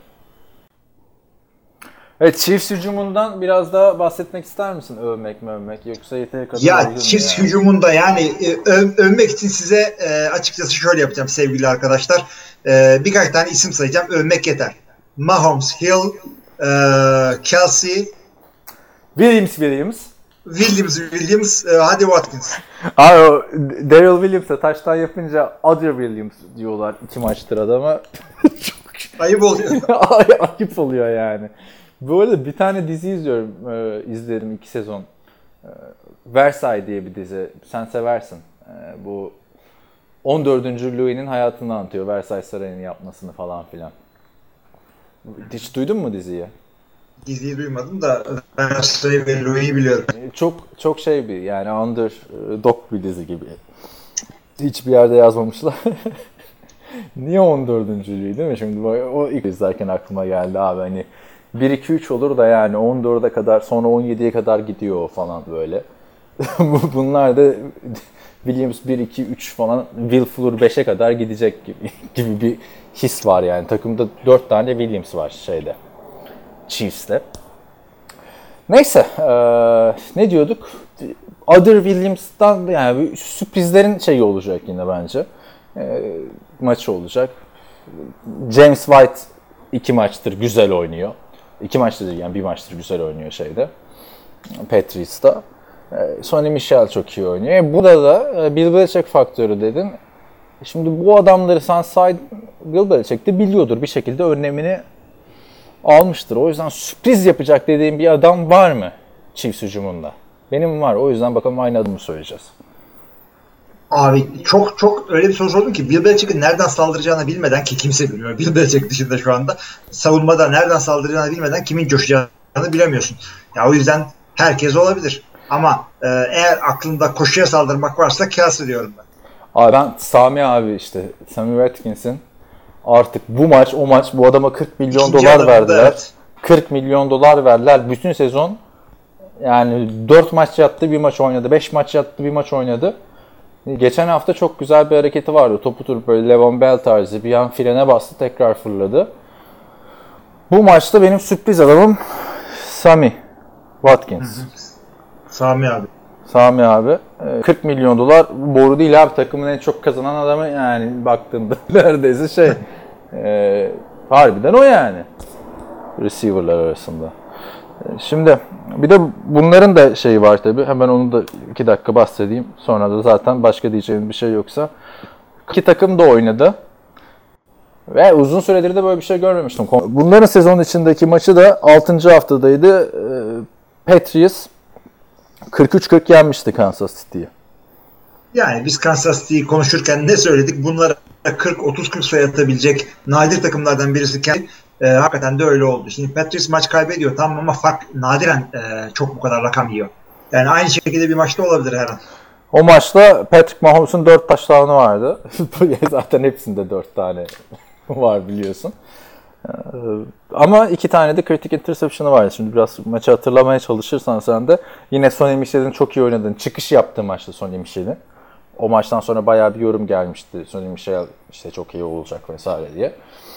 Evet, Chiefs hücumundan biraz daha bahsetmek ister misin? Övmek yoksa yeteri kadar? Ya Chiefs hücumunda yani övmek için size açıkçası şöyle yapacağım sevgili arkadaşlar. Birkaç tane isim sayacağım. Övmek yeter. Mahomes, Hill, Kelsey, Williams. Hadi Watkins. Abi o Daryl Williams'a taştan yapınca Other Williams diyorlar 2 maçtır adama. Çok ayıp oluyor. Ayıp oluyor yani. Bu arada bir tane dizi izledim 2 sezon. Versailles diye bir dizi. Sen seversin. Bu 14. Louis'nin hayatını anlatıyor. Versailles Sarayı'nın yapmasını falan filan. Hiç duydun mu diziyi? Diziyi duymadım da Versailles ve Louis'i biliyorum. Çok şey bir yani underdog bir dizi gibi. Hiçbir yerde yazmamışlar. Niye 14.lüğü değil mi? Şimdi o ilk izlerken aklıma geldi abi hani 1-2-3 olur da yani 14'e kadar sonra 17'ye kadar gidiyor falan böyle. Bunlar da Williams 1-2-3 falan Will Fuller 5'e kadar gidecek gibi bir his var yani. Takımda 4 tane Williams var şeyde. Chiefs'te. Neyse ne diyorduk? Other Williams'tan yani sürprizlerin şeyi olacak yine bence. Maçı olacak. James White 2 maçtır güzel oynuyor. 2 maçtır yani bir maçtır güzel oynuyor şeyde. Patriots'ta. Sonny Michel çok iyi oynuyor. Burada da Bill Belichick faktörü dedin. Şimdi bu adamları sen saydın. Bill Belichick de biliyordur. Bir şekilde önlemini almıştır. O yüzden sürpriz yapacak dediğim bir adam var mı Chiefs hücumunda? Benim var. O yüzden bakalım aynı adımı söyleyeceğiz. Abi çok öyle bir soru sordum ki Bill Belichick'in nereden saldıracağını bilmeden ki kimse bilmiyor. Bill Belichick dışında şu anda savunmada nereden saldıracağını bilmeden kimin coşacağını bilemiyorsun. Ya o yüzden herkes olabilir. Ama eğer aklında koşuya saldırmak varsa Kelsey diyorum ben. Abi ben Sami abi işte Sammy Watkins'in artık bu maç o maç bu adama 40 milyon İkinci dolar verdiler. Evet. 40 milyon dolar verdiler. Bütün sezon yani 4 maç yattı bir maç oynadı. 5 maç yattı bir maç oynadı. Geçen hafta çok güzel bir hareketi vardı. Topu tutup böyle Le'Veon Bell tarzı bir an frene bastı tekrar fırladı. Bu maçta benim sürpriz adamım Sammy Watkins. Sami abi. Sami abi. 40 milyon dolar boru değil abi. Takımın en çok kazanan adamı yani baktığında neredeyse harbiden o yani. Receiver'lar arasında. Şimdi bir de bunların da şeyi var tabii. Hemen onu da 2 dakika bahsedeyim. Sonra da zaten başka diyeceğim bir şey yoksa. 2 takım da oynadı. Ve uzun süredir de böyle bir şey görmemiştim. Bunların sezon içindeki maçı da 6. haftadaydı. Patriots 43-40 yenmişti Kansas City'yi. Yani biz Kansas City'yi konuşurken ne söyledik? Bunlara 30-40 sayı atabilecek nadir takımlardan birisi. Hakikaten de öyle oldu. Şimdi Patriots maç kaybediyor tamam ama fark nadiren çok bu kadar rakam yiyor. Yani aynı şekilde bir maçta olabilir her an. O maçta Patrick Mahomes'un 4 touchdown'u vardı. Zaten hepsinde 4 tane var biliyorsun. Ama 2 tane de kritik interception'ı vardı. Şimdi biraz maçı hatırlamaya çalışırsan sen de yine Sonny Michel'in çok iyi oynadığını, çıkış yaptığı maçta Sonny Michel'in. O maçtan sonra bayağı bir yorum gelmişti. Sonny Michel işte çok iyi olacak vesaire diye.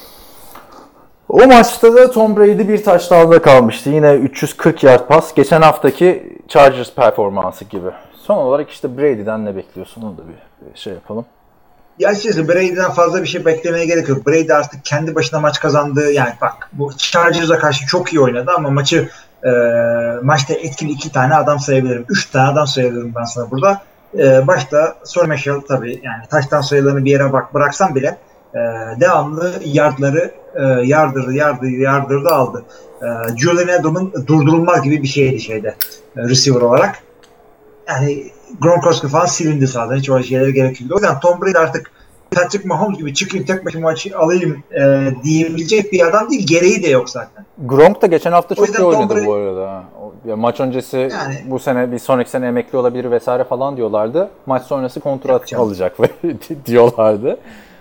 O maçta da Tom Brady bir touchdown'da kalmıştı. Yine 340 yard pas. Geçen haftaki Chargers performansı gibi. Son olarak işte Brady'den ne bekliyorsun? Onu da bir şey yapalım. Ya açıkçası Brady'den fazla bir şey beklemeye gerek yok. Brady artık kendi başına maç kazandı. Yani bak bu Chargers'a karşı çok iyi oynadı ama maçta etkili 2 tane adam sayabilirim. 3 tane adam sayabilirim ben sana burada. Başta Sonny Michel tabii yani touchdown sayılarını bir yere bıraksam bile devamlı yardları yardırdı aldı. Julian Edelman durdurulmaz gibi bir şeydi receiver olarak. Yani Gronkowski falan silindi zaten. Hiç o şeylere gerek yok. O yüzden Tom Brady artık Patrick Mahomes gibi çıkayım tek başıma maçı alayım diyebilecek bir adam değil. Gereği de yok zaten. Gronk da geçen hafta çok iyi oynadı Brady, bu arada. Ya maç öncesi yani, bu sene bir sonraki sene emekli olabilir vesaire falan diyorlardı. Maç sonrası kontrat alacak diyorlardı.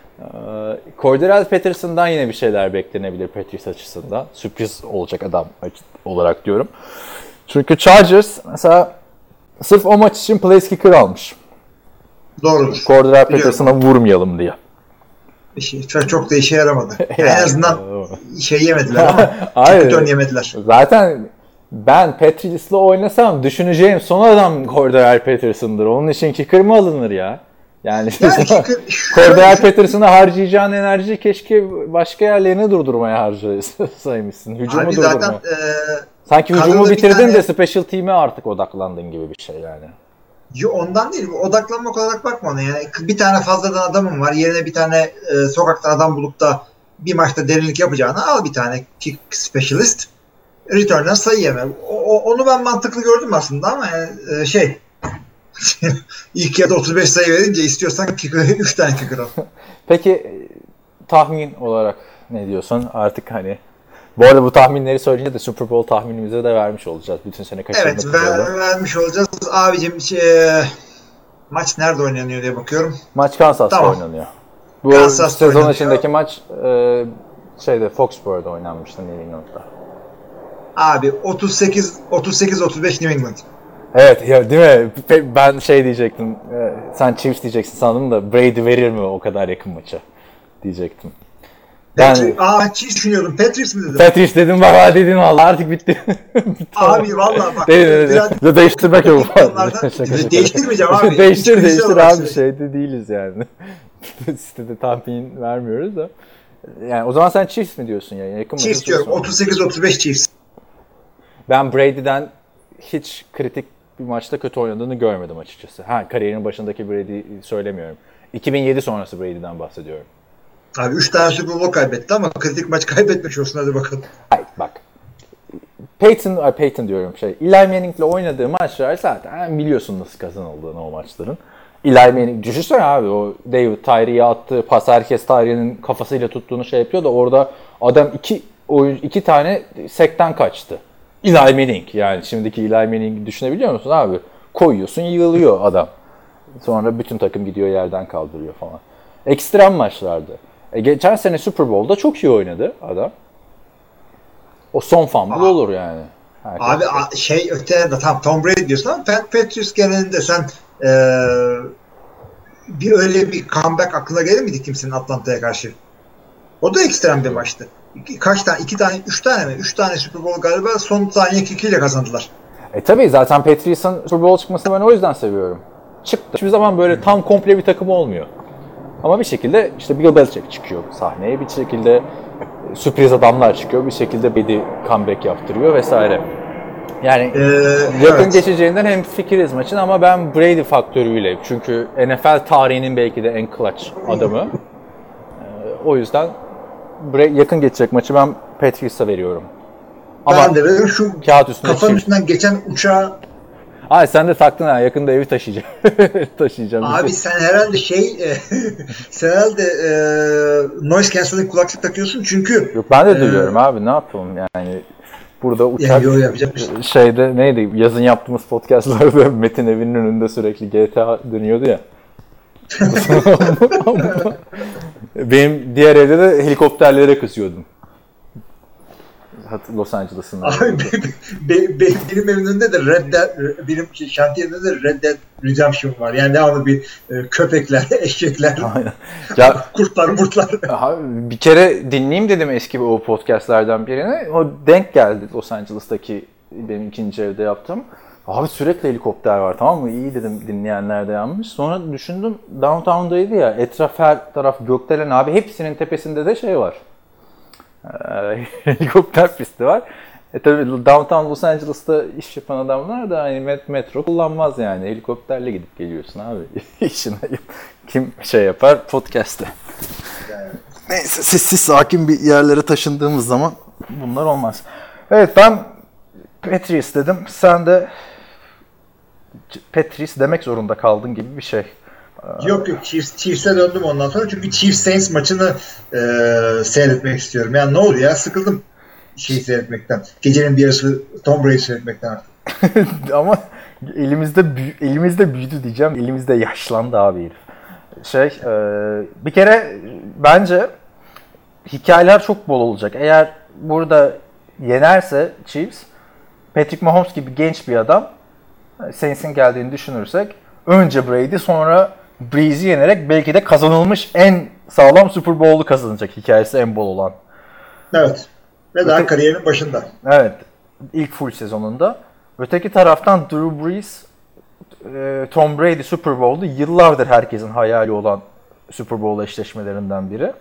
Cordell Patterson'dan yine bir şeyler beklenebilir Patriots açısından. Sürpriz olacak adam olarak diyorum. Çünkü Chargers mesela sırf o maç için place kicker almış. Doğrudur. Cordell Patterson'a vurmayalım diye. Çok da işe yaramadı. En azından yemediler ama kötü yemediler. Zaten ben Patriots'la oynasam düşüneceğim son adam Cordell Patterson'dır. Onun için kicker mı alınır ya? Yani Cordell Patterson'a harcayacağın enerjiyi keşke başka yerlerini durdurmaya harcaymışsın. Hücumu durdurmaya. Zaten, sanki hücumu bitirdin de special team'e artık odaklandın gibi bir şey yani. Ondan değil. Odaklanmak olarak bakma ona. Yani bir tane fazladan adamım var. Yerine bir tane sokaktan adam bulup da bir maçta derinlik yapacağına al bir tane kick specialist. Return'dan sayı yeme. Onu ben mantıklı gördüm aslında ama yani, ilk ya da 35 sayı verince istiyorsan 3 tane kicker al. Peki tahmin olarak ne diyorsun? Artık hani bu arada bu tahminleri söyleyince de Super Bowl tahminimize de vermiş olacağız. Bütün sene kaçırmak üzere. Evet vermiş olacağız. Abicim maç nerede oynanıyor diye bakıyorum. Maç Kansas'ta oynanıyor. Bu Kansas sezon oynanıyor. içindeki maç Foxborough'da oynanmıştı New England'da. Abi 38-35 New England. Evet ya, değil mi? Ben diyecektim. Sen Chiefs diyeceksin sandım da Brady verir mi o kadar yakın maça diyecektim. Ben Chiefs düşünüyordum. Patriots mi dedim? Patriots dedim, baba dedin vallahi artık bitti. Abi vallahi bak. Dedi. Değiştirmek yok. Değiştirmeyeceğim abi. Değiştir abi, şeyde değiliz yani. Sitede tahmin vermiyoruz da. Yani o zaman sen Chiefs mi diyorsun ya? Yakın Chiefs diyorum. 38-35 Chiefs. Ben Brady'den hiç kritik bir maçta kötü oynadığını görmedim açıkçası. Kariyerinin başındaki Brady'yi söylemiyorum. 2007 sonrası Brady'den bahsediyorum. Abi 3 tane Super Bowl kaybetti ama kritik maç kaybetmiş olsun, hadi bakalım. Hayır bak. Peyton diyorum Eli Manning'le oynadığı maçlar zaten biliyorsun nasıl kazanıldığını o maçların. Eli Manning, düşünsene abi, o David Tyree'ye attığı pas, herkes Tyree'nin kafasıyla tuttuğunu yapıyor da orada adam iki tane sekten kaçtı. Eli Manning, yani şimdiki Eli Manning'i düşünebiliyor musun abi? Koyuyorsun, yığılıyor adam. Sonra bütün takım gidiyor yerden kaldırıyor falan. Ekstrem maçlardı. Geçen sene Super Bowl'da çok iyi oynadı adam. O son fumble olur yani. Abi öte de tam Tom Brady diyorsun ama Patriots genelinde sen öyle bir comeback aklına gelir miydi kimsenin Atlanta'ya karşı? O da ekstrem bir maçtı. Üç tane Super Bowl galiba son saniye kickiyle kazandılar. Tabii zaten Patriots'ın Super Bowl çıkmasını ben o yüzden seviyorum. Çıktı. Hiçbir zaman böyle tam komple bir takım olmuyor. Ama bir şekilde Bill Belichick çıkıyor sahneye, bir şekilde sürpriz adamlar çıkıyor, bir şekilde Brady comeback yaptırıyor vesaire. Yani yakın geçeceğinden hem fikiriz maçın ama ben Brady faktörüyle, çünkü NFL tarihinin belki de en clutch adamı. O yüzden yakın geçecek maçı ben Patriots'a veriyorum. Ama ben de veriyorum, şu kafanın üstünden geçen uçağı. Ay sen de taktın yakında evi taşıyacağım. Abi sen herhalde noise cancelling kulaklık takıyorsun çünkü. Yok, ben de duyuyorum abi, ne yapalım yani. Burada uçak neydi yazın yaptığımız podcastlarda Metin evinin önünde sürekli GTA dönüyordu ya. Benim diğer evde de helikopterlere kızıyordum. Los Angeles'ın. Abi benim evimin önünde de benim şantiyemde de Red Dead Redemption var. Yani devamlı bir köpekler, eşekler, kurtlar, murtlar. Bir kere dinleyeyim dedim eski o podcastlerden birini. O denk geldi Los Angeles'taki benim ikinci evde yaptığım. Abi sürekli helikopter var, tamam mı? İyi dedim, dinleyenler de yanmış. Sonra düşündüm, downtown'daydı ya, etraf her taraf gökdelen abi, hepsinin tepesinde de var. Helikopter pisti var. Tabii downtown Los Angeles'ta iş yapan adamlar da metro kullanmaz yani. Helikopterle gidip geliyorsun abi. İşine kim yapar? Podcast'te. Neyse, sessiz sakin bir yerlere taşındığımız zaman bunlar olmaz. Evet, ben Patriots dedim. Sen de Patriots demek zorunda kaldın gibi bir şey. Yok Chiefs'e döndüm ondan sonra çünkü Chiefs Saints maçını seyretmek istiyorum. Yani ne oluyor ya, sıkıldım seyretmekten. Gecenin bir yarısı Tom Brady seyretmekten artık. Ama elimizde büyüdü diyeceğim. Elimizde yaşlandı abi herif. Bir kere bence hikayeler çok bol olacak. Eğer burada yenerse Chiefs, Patrick Mahomes gibi genç bir adam, Saints'in geldiğini düşünürsek, önce Brady, sonra Breeze'i yenerek belki de kazanılmış en sağlam Super Bowl'u kazanacak, hikayesi en bol olan. Evet. Ve daha kariyerinin başında. Evet. İlk full sezonunda. Öteki taraftan Drew Brees, Tom Brady Super Bowl'du. Yıllardır herkesin hayali olan Super Bowl eşleşmelerinden biri.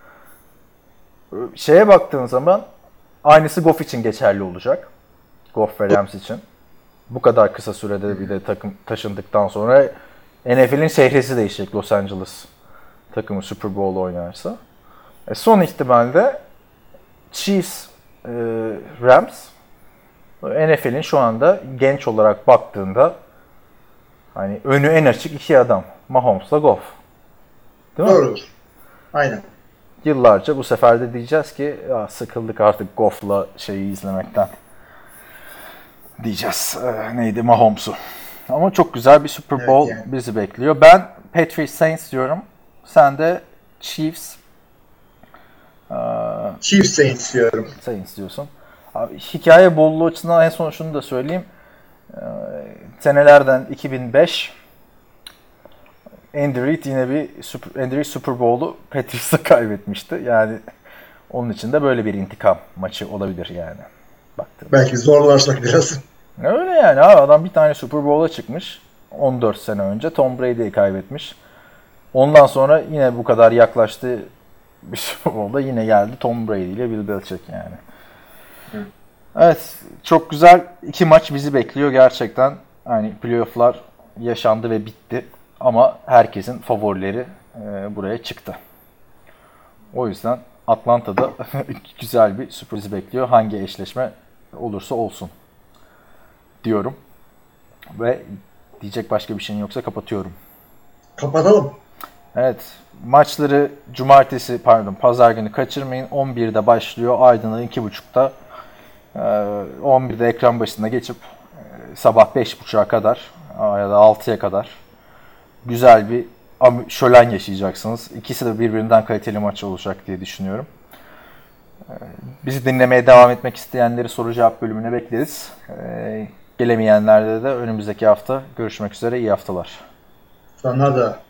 Baktığın zaman aynısı Goff için geçerli olacak. Goff ve Rams için. Bu kadar kısa sürede bir de takım taşındıktan sonra NFL'in şehresi değişecek Los Angeles takımı Super Bowl oynarsa. Son ihtimalle Chiefs, Rams, NFL'in şu anda genç olarak baktığında önü en açık iki adam. Mahomes'la Goff. Değil mi? Doğrudur. Aynen. Yıllarca bu sefer de diyeceğiz ki sıkıldık artık Goff'la izlemekten. Diyeceğiz. Mahomes'u. Ama çok güzel bir Super Bowl bizi bekliyor. Ben Patriots Saints diyorum. Sen de Chiefs. Chiefs Saints diyorum. Saints diyorsun. Abi, hikaye bolluğu açısından en son şunu da söyleyeyim. Senelerden 2005 Andy Reid yine Andy Reid Super Bowl'u Patriots'a kaybetmişti. Yani onun için de böyle bir intikam maçı olabilir yani. Baktığımda. Belki zorlarsak biraz. Öyle yani abi, adam bir tane Super Bowl'a çıkmış 14 sene önce, Tom Brady'yi kaybetmiş. Ondan sonra yine bu kadar yaklaştığı bir Super Bowl'da yine geldi Tom Brady ile Bill Belichick yani. Evet, çok güzel 2 maç bizi bekliyor gerçekten. Hani playoff'lar yaşandı ve bitti ama herkesin favorileri buraya çıktı. O yüzden Atlanta'da güzel bir sürpriz bekliyor. Hangi eşleşme olursa olsun diyorum. Ve diyecek başka bir şeyin yoksa kapatıyorum. Kapatalım. Evet, maçları pazar günü kaçırmayın. 11'de başlıyor. Aydın'ın 2.30'da 11'de ekran başına geçip sabah 5.30'a kadar ya da 6'ya kadar güzel bir şölen yaşayacaksınız. İkisi de birbirinden kaliteli maç olacak diye düşünüyorum. Bizi dinlemeye devam etmek isteyenleri soru cevap bölümüne bekleriz. Gelemeyenlerde de önümüzdeki hafta görüşmek üzere. İyi haftalar. Sana da.